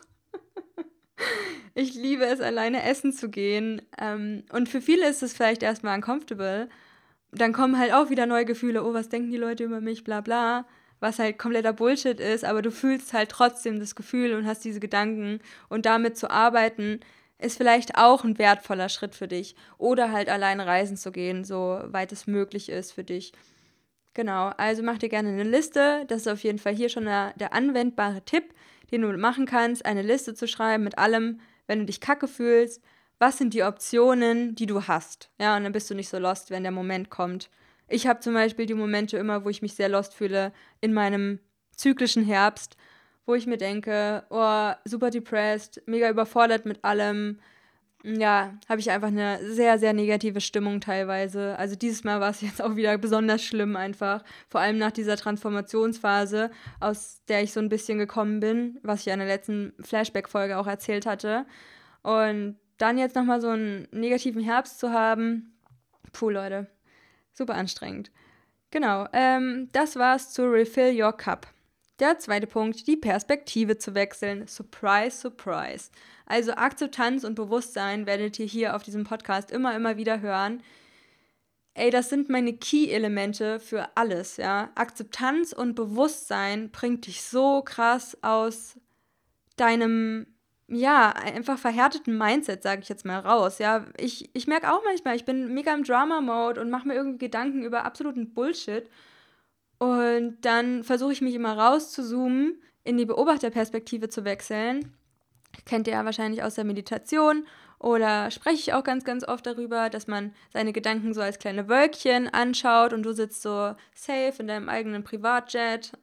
Ich liebe es, alleine essen zu gehen. Ähm, und für viele ist es vielleicht erstmal uncomfortable, dann kommen halt auch wieder neue Gefühle, oh, was denken die Leute über mich, bla bla, was halt kompletter Bullshit ist, aber du fühlst halt trotzdem das Gefühl und hast diese Gedanken und damit zu arbeiten, ist vielleicht auch ein wertvoller Schritt für dich. Oder halt alleine reisen zu gehen, soweit es möglich ist für dich. Genau, also mach dir gerne eine Liste. Das ist auf jeden Fall hier schon der, der anwendbare Tipp, den du machen kannst, eine Liste zu schreiben mit allem, wenn du dich kacke fühlst. Was sind die Optionen, die du hast? Ja, und dann bist du nicht so lost, wenn der Moment kommt. Ich habe zum Beispiel die Momente immer, wo ich mich sehr lost fühle, in meinem zyklischen Herbst, wo ich mir denke, oh, super depressed, mega überfordert mit allem. Ja, habe ich einfach eine sehr, sehr negative Stimmung teilweise. Also dieses Mal war es jetzt auch wieder besonders schlimm einfach. Vor allem nach dieser Transformationsphase, aus der ich so ein bisschen gekommen bin, was ich ja in der letzten Flashback-Folge auch erzählt hatte. Und dann jetzt nochmal so einen negativen Herbst zu haben, puh, Leute, super anstrengend. Genau, ähm, das war's zu Refill Your Cup. Der zweite Punkt, die Perspektive zu wechseln. Surprise, surprise. Also Akzeptanz und Bewusstsein werdet ihr hier auf diesem Podcast immer, immer wieder hören. Ey, das sind meine Key-Elemente für alles, ja. Akzeptanz und Bewusstsein bringt dich so krass aus deinem, ja, einfach verhärteten Mindset, sage ich jetzt mal, raus, ja. Ich, ich merke auch manchmal, ich bin mega im Drama-Mode und mache mir irgendwie Gedanken über absoluten Bullshit. Und dann versuche ich mich immer rauszuzoomen, in die Beobachterperspektive zu wechseln. Kennt ihr ja wahrscheinlich aus der Meditation oder spreche ich auch ganz, ganz oft darüber, dass man seine Gedanken so als kleine Wölkchen anschaut und du sitzt so safe in deinem eigenen Privatjet.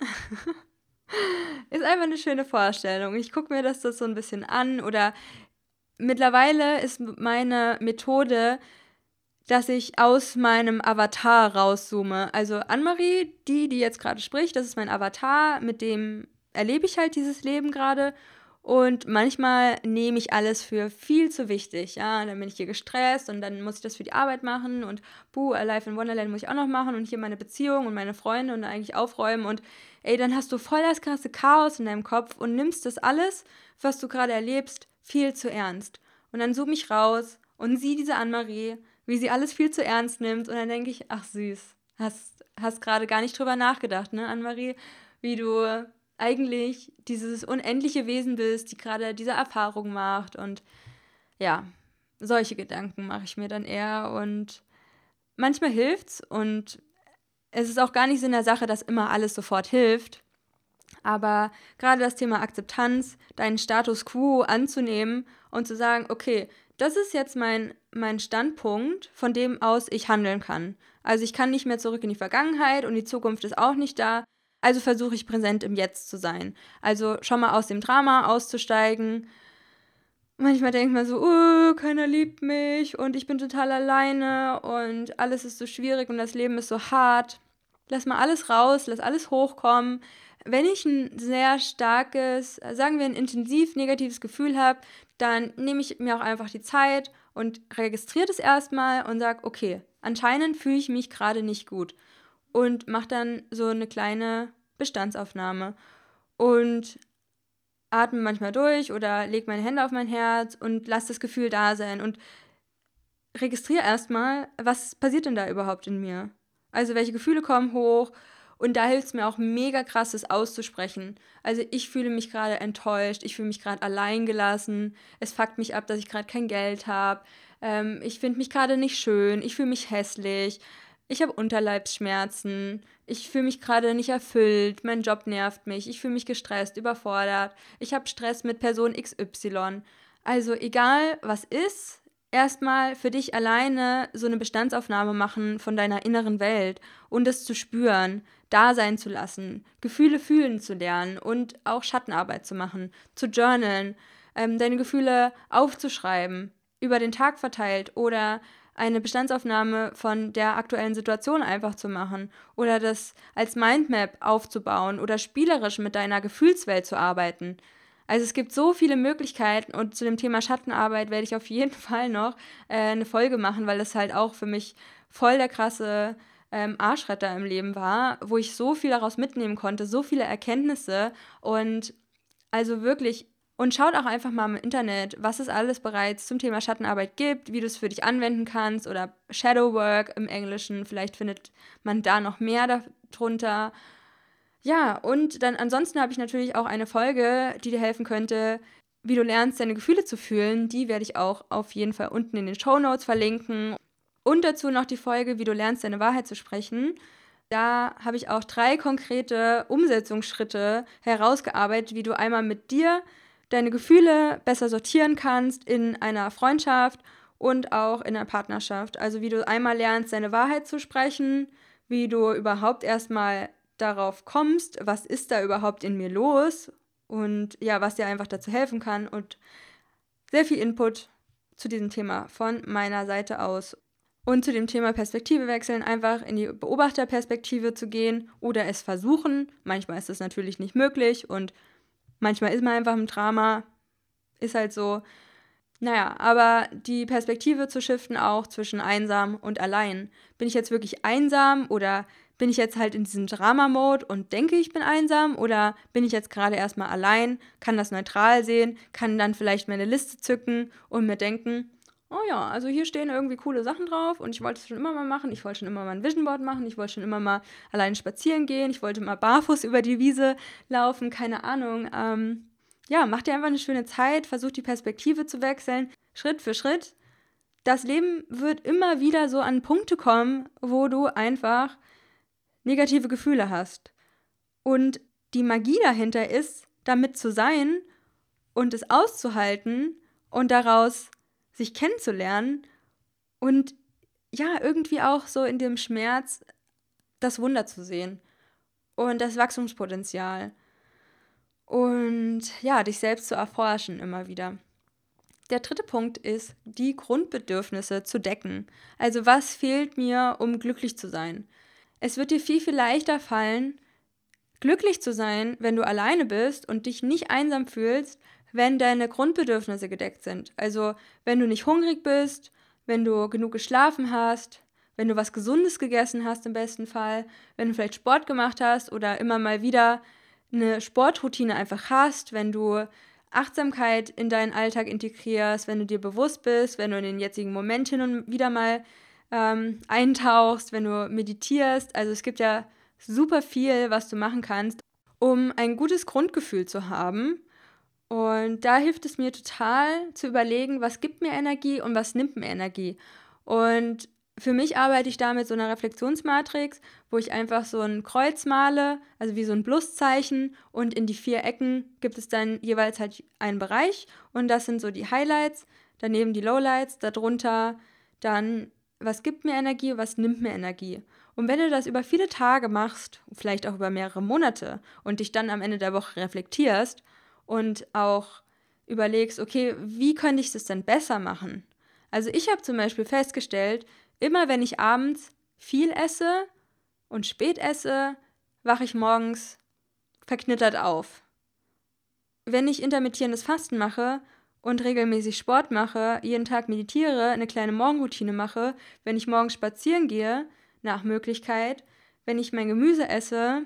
Ist einfach eine schöne Vorstellung. Ich gucke mir das, das so ein bisschen an oder mittlerweile ist meine Methode, dass ich aus meinem Avatar rauszoome. Also Annemarie, die, die jetzt gerade spricht, das ist mein Avatar, mit dem erlebe ich halt dieses Leben gerade. Und manchmal nehme ich alles für viel zu wichtig, ja, dann bin ich hier gestresst und dann muss ich das für die Arbeit machen und buh, Alive in Wonderland muss ich auch noch machen und hier meine Beziehung und meine Freunde und eigentlich aufräumen und ey, dann hast du voll das krasse Chaos in deinem Kopf und nimmst das alles, was du gerade erlebst, viel zu ernst. Und dann zoome ich raus und sieh diese Annemarie, wie sie alles viel zu ernst nimmt und dann denke ich, ach süß, hast, hast gerade gar nicht drüber nachgedacht, ne, Annemarie, wie du eigentlich dieses unendliche Wesen bist, die gerade diese Erfahrung macht und ja, solche Gedanken mache ich mir dann eher und manchmal hilft's und es ist auch gar nicht Sinn der Sache, dass immer alles sofort hilft, aber gerade das Thema Akzeptanz, deinen Status quo anzunehmen und zu sagen, okay, das ist jetzt mein, mein Standpunkt, von dem aus ich handeln kann. Also ich kann nicht mehr zurück in die Vergangenheit und die Zukunft ist auch nicht da. Also versuche ich präsent im Jetzt zu sein. Also schon mal aus dem Drama auszusteigen. Manchmal denkt man so, uh, keiner liebt mich und ich bin total alleine und alles ist so schwierig und das Leben ist so hart. Lass mal alles raus, lass alles hochkommen. Wenn ich ein sehr starkes, sagen wir ein intensiv negatives Gefühl habe, dann nehme ich mir auch einfach die Zeit und registriere das erstmal und sage, okay, anscheinend fühle ich mich gerade nicht gut. Und mache dann so eine kleine Bestandsaufnahme und atme manchmal durch oder lege meine Hände auf mein Herz und lasse das Gefühl da sein und registriere erstmal, was passiert denn da überhaupt in mir? Also welche Gefühle kommen hoch und da hilft es mir auch mega krass, das auszusprechen. Also ich fühle mich gerade enttäuscht, ich fühle mich gerade alleingelassen, es fuckt mich ab, dass ich gerade kein Geld habe, ähm, ich finde mich gerade nicht schön, ich fühle mich hässlich, ich habe Unterleibsschmerzen, ich fühle mich gerade nicht erfüllt, mein Job nervt mich, ich fühle mich gestresst, überfordert, ich habe Stress mit Person X Y. Also egal was ist, erstmal für dich alleine so eine Bestandsaufnahme machen von deiner inneren Welt und es zu spüren, da sein zu lassen, Gefühle fühlen zu lernen und auch Schattenarbeit zu machen, zu journalen, ähm, deine Gefühle aufzuschreiben, über den Tag verteilt oder eine Bestandsaufnahme von der aktuellen Situation einfach zu machen oder das als Mindmap aufzubauen oder spielerisch mit deiner Gefühlswelt zu arbeiten. Also es gibt so viele Möglichkeiten und zu dem Thema Schattenarbeit werde ich auf jeden Fall noch äh, eine Folge machen, weil das halt auch für mich voll der krasse ähm, Arschretter im Leben war, wo ich so viel daraus mitnehmen konnte, so viele Erkenntnisse und also wirklich Und schaut auch einfach mal im Internet, was es alles bereits zum Thema Schattenarbeit gibt, wie du es für dich anwenden kannst oder Shadowwork im Englischen. Vielleicht findet man da noch mehr darunter. Ja, und dann ansonsten habe ich natürlich auch eine Folge, die dir helfen könnte, wie du lernst, deine Gefühle zu fühlen. Die werde ich auch auf jeden Fall unten in den Shownotes verlinken. Und dazu noch die Folge, wie du lernst, deine Wahrheit zu sprechen. Da habe ich auch drei konkrete Umsetzungsschritte herausgearbeitet, wie du einmal mit dir deine Gefühle besser sortieren kannst in einer Freundschaft und auch in einer Partnerschaft. Also wie du einmal lernst, deine Wahrheit zu sprechen, wie du überhaupt erstmal darauf kommst, was ist da überhaupt in mir los und ja, was dir einfach dazu helfen kann und sehr viel Input zu diesem Thema von meiner Seite aus. Und zu dem Thema Perspektive wechseln, einfach in die Beobachterperspektive zu gehen oder es versuchen. Manchmal ist das natürlich nicht möglich und manchmal ist man einfach im Drama, ist halt so. Naja, aber die Perspektive zu shiften auch zwischen einsam und allein. Bin ich jetzt wirklich einsam oder bin ich jetzt halt in diesem Drama-Mode und denke, ich bin einsam oder bin ich jetzt gerade erstmal allein, kann das neutral sehen, kann dann vielleicht meine Liste zücken und mir denken, oh ja, also hier stehen irgendwie coole Sachen drauf und ich wollte es schon immer mal machen, ich wollte schon immer mal ein Vision Board machen, ich wollte schon immer mal allein spazieren gehen, ich wollte mal barfuß über die Wiese laufen, keine Ahnung. Ähm, ja, mach dir einfach eine schöne Zeit, versuch die Perspektive zu wechseln, Schritt für Schritt. Das Leben wird immer wieder so an Punkte kommen, wo du einfach negative Gefühle hast. Und die Magie dahinter ist, damit zu sein und es auszuhalten und daraus sich kennenzulernen und ja, irgendwie auch so in dem Schmerz das Wunder zu sehen und das Wachstumspotenzial und ja, dich selbst zu erforschen immer wieder. Der dritte Punkt ist, die Grundbedürfnisse zu decken. Also was fehlt mir, um glücklich zu sein? Es wird dir viel, viel leichter fallen, glücklich zu sein, wenn du alleine bist und dich nicht einsam fühlst, wenn deine Grundbedürfnisse gedeckt sind. Also wenn du nicht hungrig bist, wenn du genug geschlafen hast, wenn du was Gesundes gegessen hast im besten Fall, wenn du vielleicht Sport gemacht hast oder immer mal wieder eine Sportroutine einfach hast, wenn du Achtsamkeit in deinen Alltag integrierst, wenn du dir bewusst bist, wenn du in den jetzigen Moment hin und wieder mal ähm, eintauchst, wenn du meditierst. Also es gibt ja super viel, was du machen kannst, um ein gutes Grundgefühl zu haben. Und da hilft es mir total zu überlegen, was gibt mir Energie und was nimmt mir Energie. Und für mich arbeite ich da mit so einer Reflexionsmatrix, wo ich einfach so ein Kreuz male, also wie so ein Pluszeichen, und in die vier Ecken gibt es dann jeweils halt einen Bereich und das sind so die Highlights, daneben die Lowlights, darunter dann, was gibt mir Energie, was nimmt mir Energie. Und wenn du das über viele Tage machst, vielleicht auch über mehrere Monate und dich dann am Ende der Woche reflektierst und auch überlegst, okay, wie könnte ich das denn besser machen? Also ich habe zum Beispiel festgestellt, immer wenn ich abends viel esse und spät esse, wache ich morgens verknittert auf. Wenn ich intermittierendes Fasten mache und regelmäßig Sport mache, jeden Tag meditiere, eine kleine Morgenroutine mache, wenn ich morgens spazieren gehe, nach Möglichkeit, wenn ich mein Gemüse esse,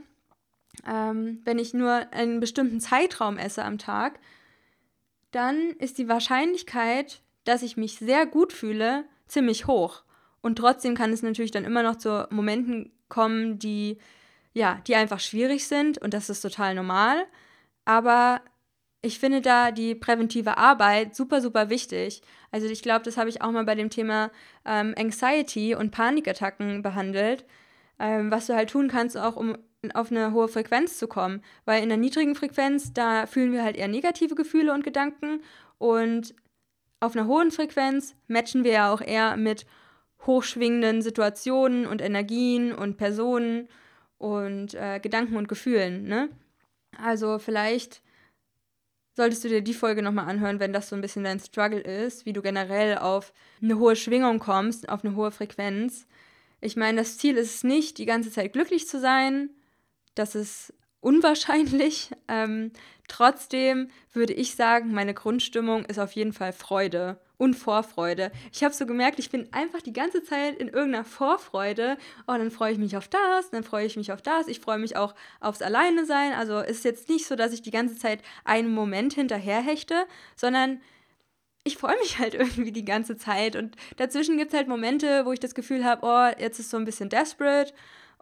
ähm, wenn ich nur einen bestimmten Zeitraum esse am Tag, dann ist die Wahrscheinlichkeit, dass ich mich sehr gut fühle, ziemlich hoch. Und trotzdem kann es natürlich dann immer noch zu Momenten kommen, die, ja, die einfach schwierig sind und das ist total normal. Aber ich finde da die präventive Arbeit super, super wichtig. Also ich glaube, das habe ich auch mal bei dem Thema ähm, Anxiety und Panikattacken behandelt, ähm, was du halt tun kannst, auch um auf eine hohe Frequenz zu kommen. Weil in der niedrigen Frequenz, da fühlen wir halt eher negative Gefühle und Gedanken und auf einer hohen Frequenz matchen wir ja auch eher mit hochschwingenden Situationen und Energien und Personen und äh, Gedanken und Gefühlen, ne? Also vielleicht solltest du dir die Folge nochmal anhören, wenn das so ein bisschen dein Struggle ist, wie du generell auf eine hohe Schwingung kommst, auf eine hohe Frequenz. Ich meine, das Ziel ist es nicht, die ganze Zeit glücklich zu sein. Das ist unwahrscheinlich. Ähm, trotzdem würde ich sagen, meine Grundstimmung ist auf jeden Fall Freude und Vorfreude. Ich habe so gemerkt, ich bin einfach die ganze Zeit in irgendeiner Vorfreude. Oh, dann freue ich mich auf das, dann freue ich mich auf das. Ich freue mich auch aufs Alleine sein. Also es ist jetzt nicht so, dass ich die ganze Zeit einen Moment hinterherhechte, sondern ich freue mich halt irgendwie die ganze Zeit. Und dazwischen gibt es halt Momente, wo ich das Gefühl habe, oh, jetzt ist so ein bisschen desperate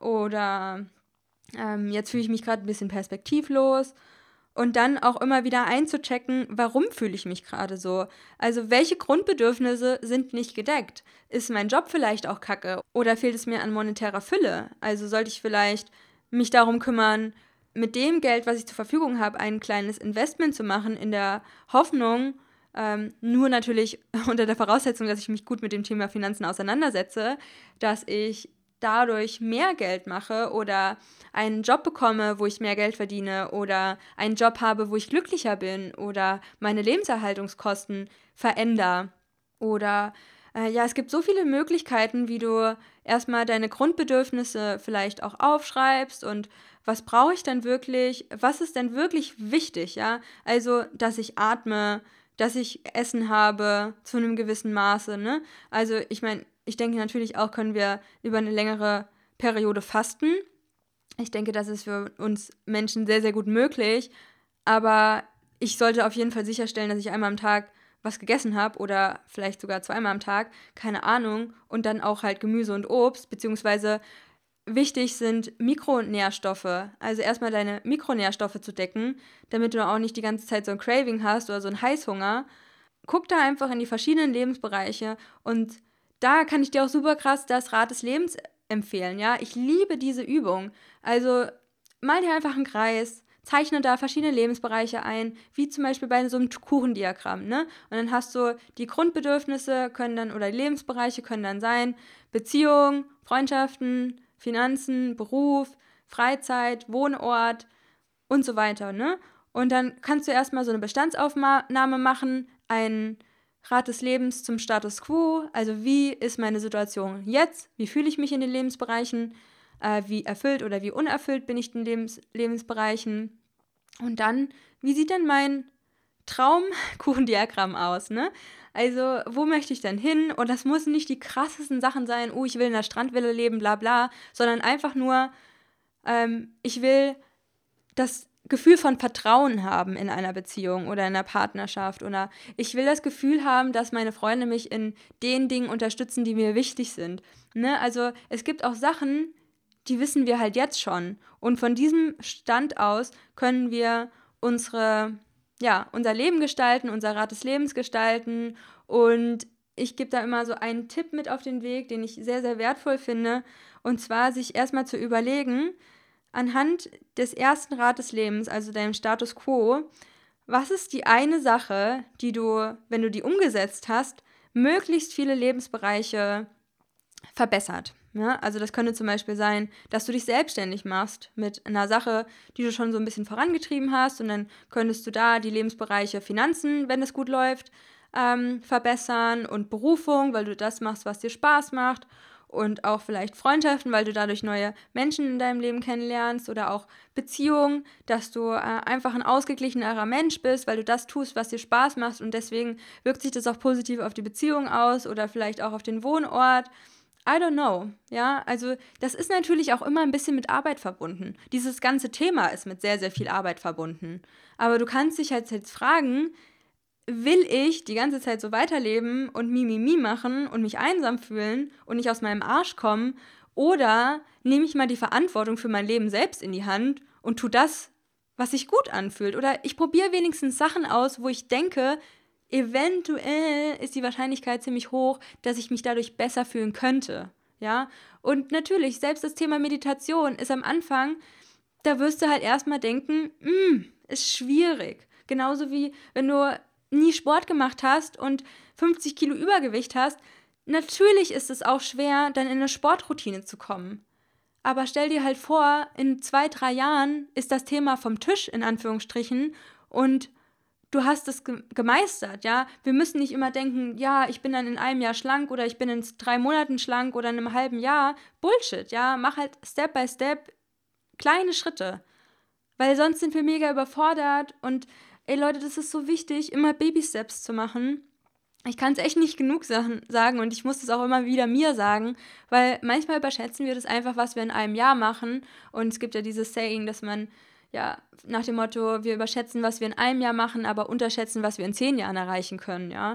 oder ähm, jetzt fühle ich mich gerade ein bisschen perspektivlos. Und dann auch immer wieder einzuchecken, warum fühle ich mich gerade so? Also welche Grundbedürfnisse sind nicht gedeckt? Ist mein Job vielleicht auch kacke? Oder fehlt es mir an monetärer Fülle? Also sollte ich vielleicht mich darum kümmern, mit dem Geld, was ich zur Verfügung habe, ein kleines Investment zu machen, in der Hoffnung, ähm, nur natürlich unter der Voraussetzung, dass ich mich gut mit dem Thema Finanzen auseinandersetze, dass ich dadurch mehr Geld mache oder einen Job bekomme, wo ich mehr Geld verdiene oder einen Job habe, wo ich glücklicher bin oder meine Lebenserhaltungskosten verändere. Oder äh, ja, es gibt so viele Möglichkeiten, wie du erstmal deine Grundbedürfnisse vielleicht auch aufschreibst und was brauche ich denn wirklich, was ist denn wirklich wichtig, ja? Also, dass ich atme, dass ich Essen habe zu einem gewissen Maße, ne? Also, ich meine, ich denke natürlich auch, können wir über eine längere Periode fasten. Ich denke, das ist für uns Menschen sehr, sehr gut möglich. Aber ich sollte auf jeden Fall sicherstellen, dass ich einmal am Tag was gegessen habe oder vielleicht sogar zweimal am Tag, keine Ahnung. Und dann auch halt Gemüse und Obst, beziehungsweise wichtig sind Mikronährstoffe. Also erstmal deine Mikronährstoffe zu decken, damit du auch nicht die ganze Zeit so ein Craving hast oder so einen Heißhunger. Guck da einfach in die verschiedenen Lebensbereiche und da kann ich dir auch super krass das Rad des Lebens empfehlen, ja. Ich liebe diese Übung. Also mal dir einfach einen Kreis, zeichne da verschiedene Lebensbereiche ein, wie zum Beispiel bei so einem Kuchendiagramm, ne? Und dann hast du die Grundbedürfnisse können dann, oder die Lebensbereiche können dann sein, Beziehung, Freundschaften, Finanzen, Beruf, Freizeit, Wohnort und so weiter, ne? Und dann kannst du erstmal so eine Bestandsaufnahme machen, ein Rat des Lebens zum Status quo, also wie ist meine Situation jetzt, wie fühle ich mich in den Lebensbereichen, äh, wie erfüllt oder wie unerfüllt bin ich in den Lebens- Lebensbereichen und dann, wie sieht denn mein Traumkuchendiagramm aus, ne? Also, wo möchte ich denn hin? Und das müssen nicht die krassesten Sachen sein, oh, ich will in der Strandvilla leben, bla bla, sondern einfach nur, ähm, ich will das Gefühl von Vertrauen haben in einer Beziehung oder in einer Partnerschaft oder ich will das Gefühl haben, dass meine Freunde mich in den Dingen unterstützen, die mir wichtig sind. Ne? Also es gibt auch Sachen, die wissen wir halt jetzt schon und von diesem Stand aus können wir unsere, ja, unser Leben gestalten, unser Rad des Lebens gestalten und ich gebe da immer so einen Tipp mit auf den Weg, den ich sehr, sehr wertvoll finde und zwar sich erstmal zu überlegen, anhand des ersten Rad des Lebens, also deinem Status quo, was ist die eine Sache, die du, wenn du die umgesetzt hast, möglichst viele Lebensbereiche verbessert. Ja, also das könnte zum Beispiel sein, dass du dich selbstständig machst mit einer Sache, die du schon so ein bisschen vorangetrieben hast und dann könntest du da die Lebensbereiche Finanzen, wenn es gut läuft, ähm, verbessern und Berufung, weil du das machst, was dir Spaß macht und auch vielleicht Freundschaften, weil du dadurch neue Menschen in deinem Leben kennenlernst oder auch Beziehungen, dass du äh, einfach ein ausgeglichenerer Mensch bist, weil du das tust, was dir Spaß macht und deswegen wirkt sich das auch positiv auf die Beziehung aus oder vielleicht auch auf den Wohnort. I don't know, ja, also das ist natürlich auch immer ein bisschen mit Arbeit verbunden. Dieses ganze Thema ist mit sehr, sehr viel Arbeit verbunden. Aber du kannst dich halt jetzt fragen, will ich die ganze Zeit so weiterleben und Mimimi machen und mich einsam fühlen und nicht aus meinem Arsch kommen? Oder nehme ich mal die Verantwortung für mein Leben selbst in die Hand und tue das, was sich gut anfühlt? Oder ich probiere wenigstens Sachen aus, wo ich denke, eventuell ist die Wahrscheinlichkeit ziemlich hoch, dass ich mich dadurch besser fühlen könnte. Ja? Und natürlich, selbst das Thema Meditation ist am Anfang, da wirst du halt erstmal denken, mm, ist schwierig. Genauso wie wenn du nie Sport gemacht hast und fünfzig Kilo Übergewicht hast, natürlich ist es auch schwer, dann in eine Sportroutine zu kommen. Aber stell dir halt vor, in zwei, drei Jahren ist das Thema vom Tisch, in Anführungsstrichen, und du hast es ge- gemeistert, ja. Wir müssen nicht immer denken, ja, ich bin dann in einem Jahr schlank oder ich bin in drei Monaten schlank oder in einem halben Jahr. Bullshit, ja. Mach halt Step by Step kleine Schritte. Weil sonst sind wir mega überfordert und ey Leute, das ist so wichtig, immer Baby-Steps zu machen Ich kann es echt nicht genug Sachen sagen und ich muss es auch immer wieder mir sagen, weil manchmal überschätzen wir das einfach, was wir in einem Jahr machen. Und es gibt ja dieses Saying, dass man ja nach dem Motto, wir überschätzen, was wir in einem Jahr machen, aber unterschätzen, was wir in zehn Jahren erreichen können, ja.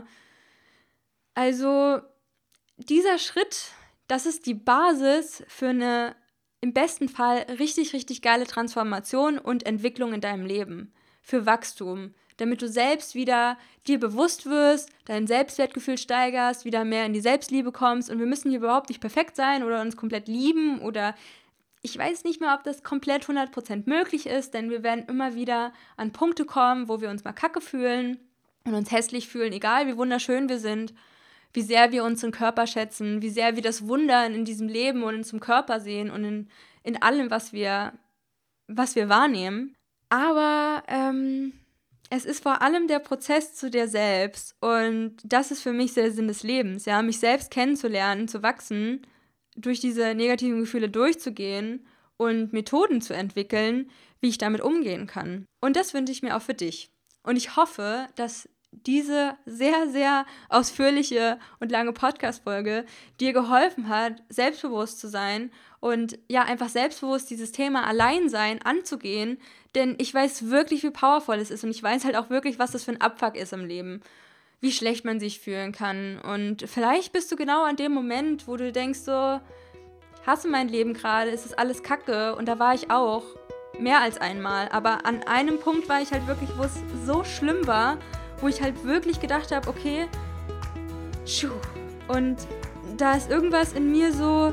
Also dieser Schritt, das ist die Basis für eine im besten Fall richtig, richtig geile Transformation und Entwicklung in deinem Leben. Für Wachstum. Damit du selbst wieder dir bewusst wirst, dein Selbstwertgefühl steigerst, wieder mehr in die Selbstliebe kommst. Und wir müssen hier überhaupt nicht perfekt sein oder uns komplett lieben oder ich weiß nicht mehr, ob das komplett hundert Prozent möglich ist, denn wir werden immer wieder an Punkte kommen, wo wir uns mal kacke fühlen und uns hässlich fühlen, egal wie wunderschön wir sind, wie sehr wir unseren Körper schätzen, wie sehr wir das Wunder in diesem Leben und in unserem Körper sehen und in, in allem, was wir, was wir wahrnehmen. Aber ähm, es ist vor allem der Prozess zu dir selbst und das ist für mich der Sinn des Lebens, ja, mich selbst kennenzulernen, zu wachsen, durch diese negativen Gefühle durchzugehen und Methoden zu entwickeln, wie ich damit umgehen kann. Und das wünsche ich mir auch für dich. Und ich hoffe, dass diese sehr, sehr ausführliche und lange Podcast-Folge dir geholfen hat, selbstbewusst zu sein und ja, einfach selbstbewusst dieses Thema Alleinsein anzugehen, denn ich weiß wirklich, wie powerful es ist und ich weiß halt auch wirklich, was das für ein Abfuck ist im Leben, wie schlecht man sich fühlen kann und vielleicht bist du genau an dem Moment, wo du denkst so, ich hasse mein Leben gerade, es ist alles Kacke und da war ich auch mehr als einmal, aber an einem Punkt war ich halt wirklich, wo es so schlimm war, wo ich halt wirklich gedacht habe, okay, tschuh, und da ist irgendwas in mir so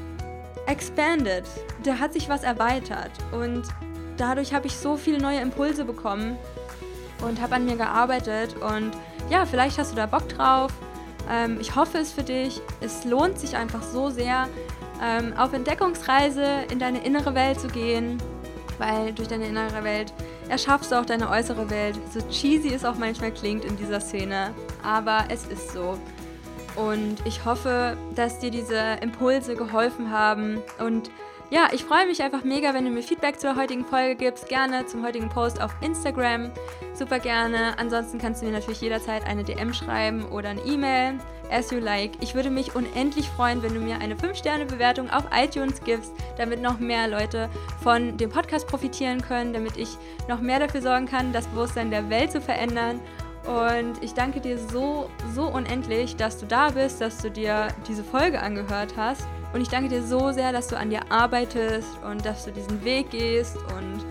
expanded, da hat sich was erweitert und dadurch habe ich so viele neue Impulse bekommen und habe an mir gearbeitet und ja, vielleicht hast du da Bock drauf, ähm, ich hoffe es für dich, es lohnt sich einfach so sehr, ähm, auf Entdeckungsreise in deine innere Welt zu gehen, weil durch deine innere Welt erschaffst du auch deine äußere Welt. So cheesy es auch manchmal klingt in dieser Szene, aber es ist so. Und ich hoffe, dass dir diese Impulse geholfen haben und ja, ich freue mich einfach mega, wenn du mir Feedback zur heutigen Folge gibst, gerne zum heutigen Post auf Instagram, super gerne. Ansonsten kannst du mir natürlich jederzeit eine D M schreiben oder eine E-Mail, as you like. Ich würde mich unendlich freuen, wenn du mir eine fünf Sterne Bewertung auf iTunes gibst, damit noch mehr Leute von dem Podcast profitieren können, damit ich noch mehr dafür sorgen kann, das Bewusstsein der Welt zu verändern. Und ich danke dir so, so unendlich, dass du da bist, dass du dir diese Folge angehört hast. Und ich danke dir so sehr, dass du an dir arbeitest und dass du diesen Weg gehst und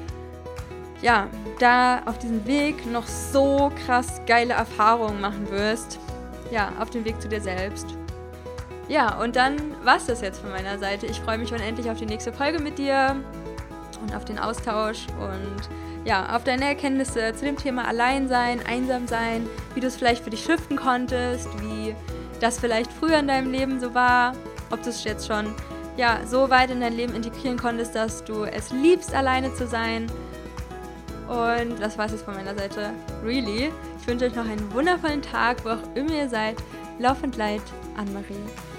ja, da auf diesem Weg noch so krass geile Erfahrungen machen wirst. Ja, auf dem Weg zu dir selbst. Ja, und dann war's das jetzt von meiner Seite. Ich freue mich unendlich auf die nächste Folge mit dir und auf den Austausch und ja, auf deine Erkenntnisse zu dem Thema Alleinsein, Einsamsein, wie du es vielleicht für dich shiften konntest, wie das vielleicht früher in deinem Leben so war, ob du es jetzt schon ja, so weit in dein Leben integrieren konntest, dass du es liebst, alleine zu sein. Und das war es jetzt von meiner Seite. Really. Ich wünsche euch noch einen wundervollen Tag, wo auch immer ihr seid. Love and Light, Anne-Marie.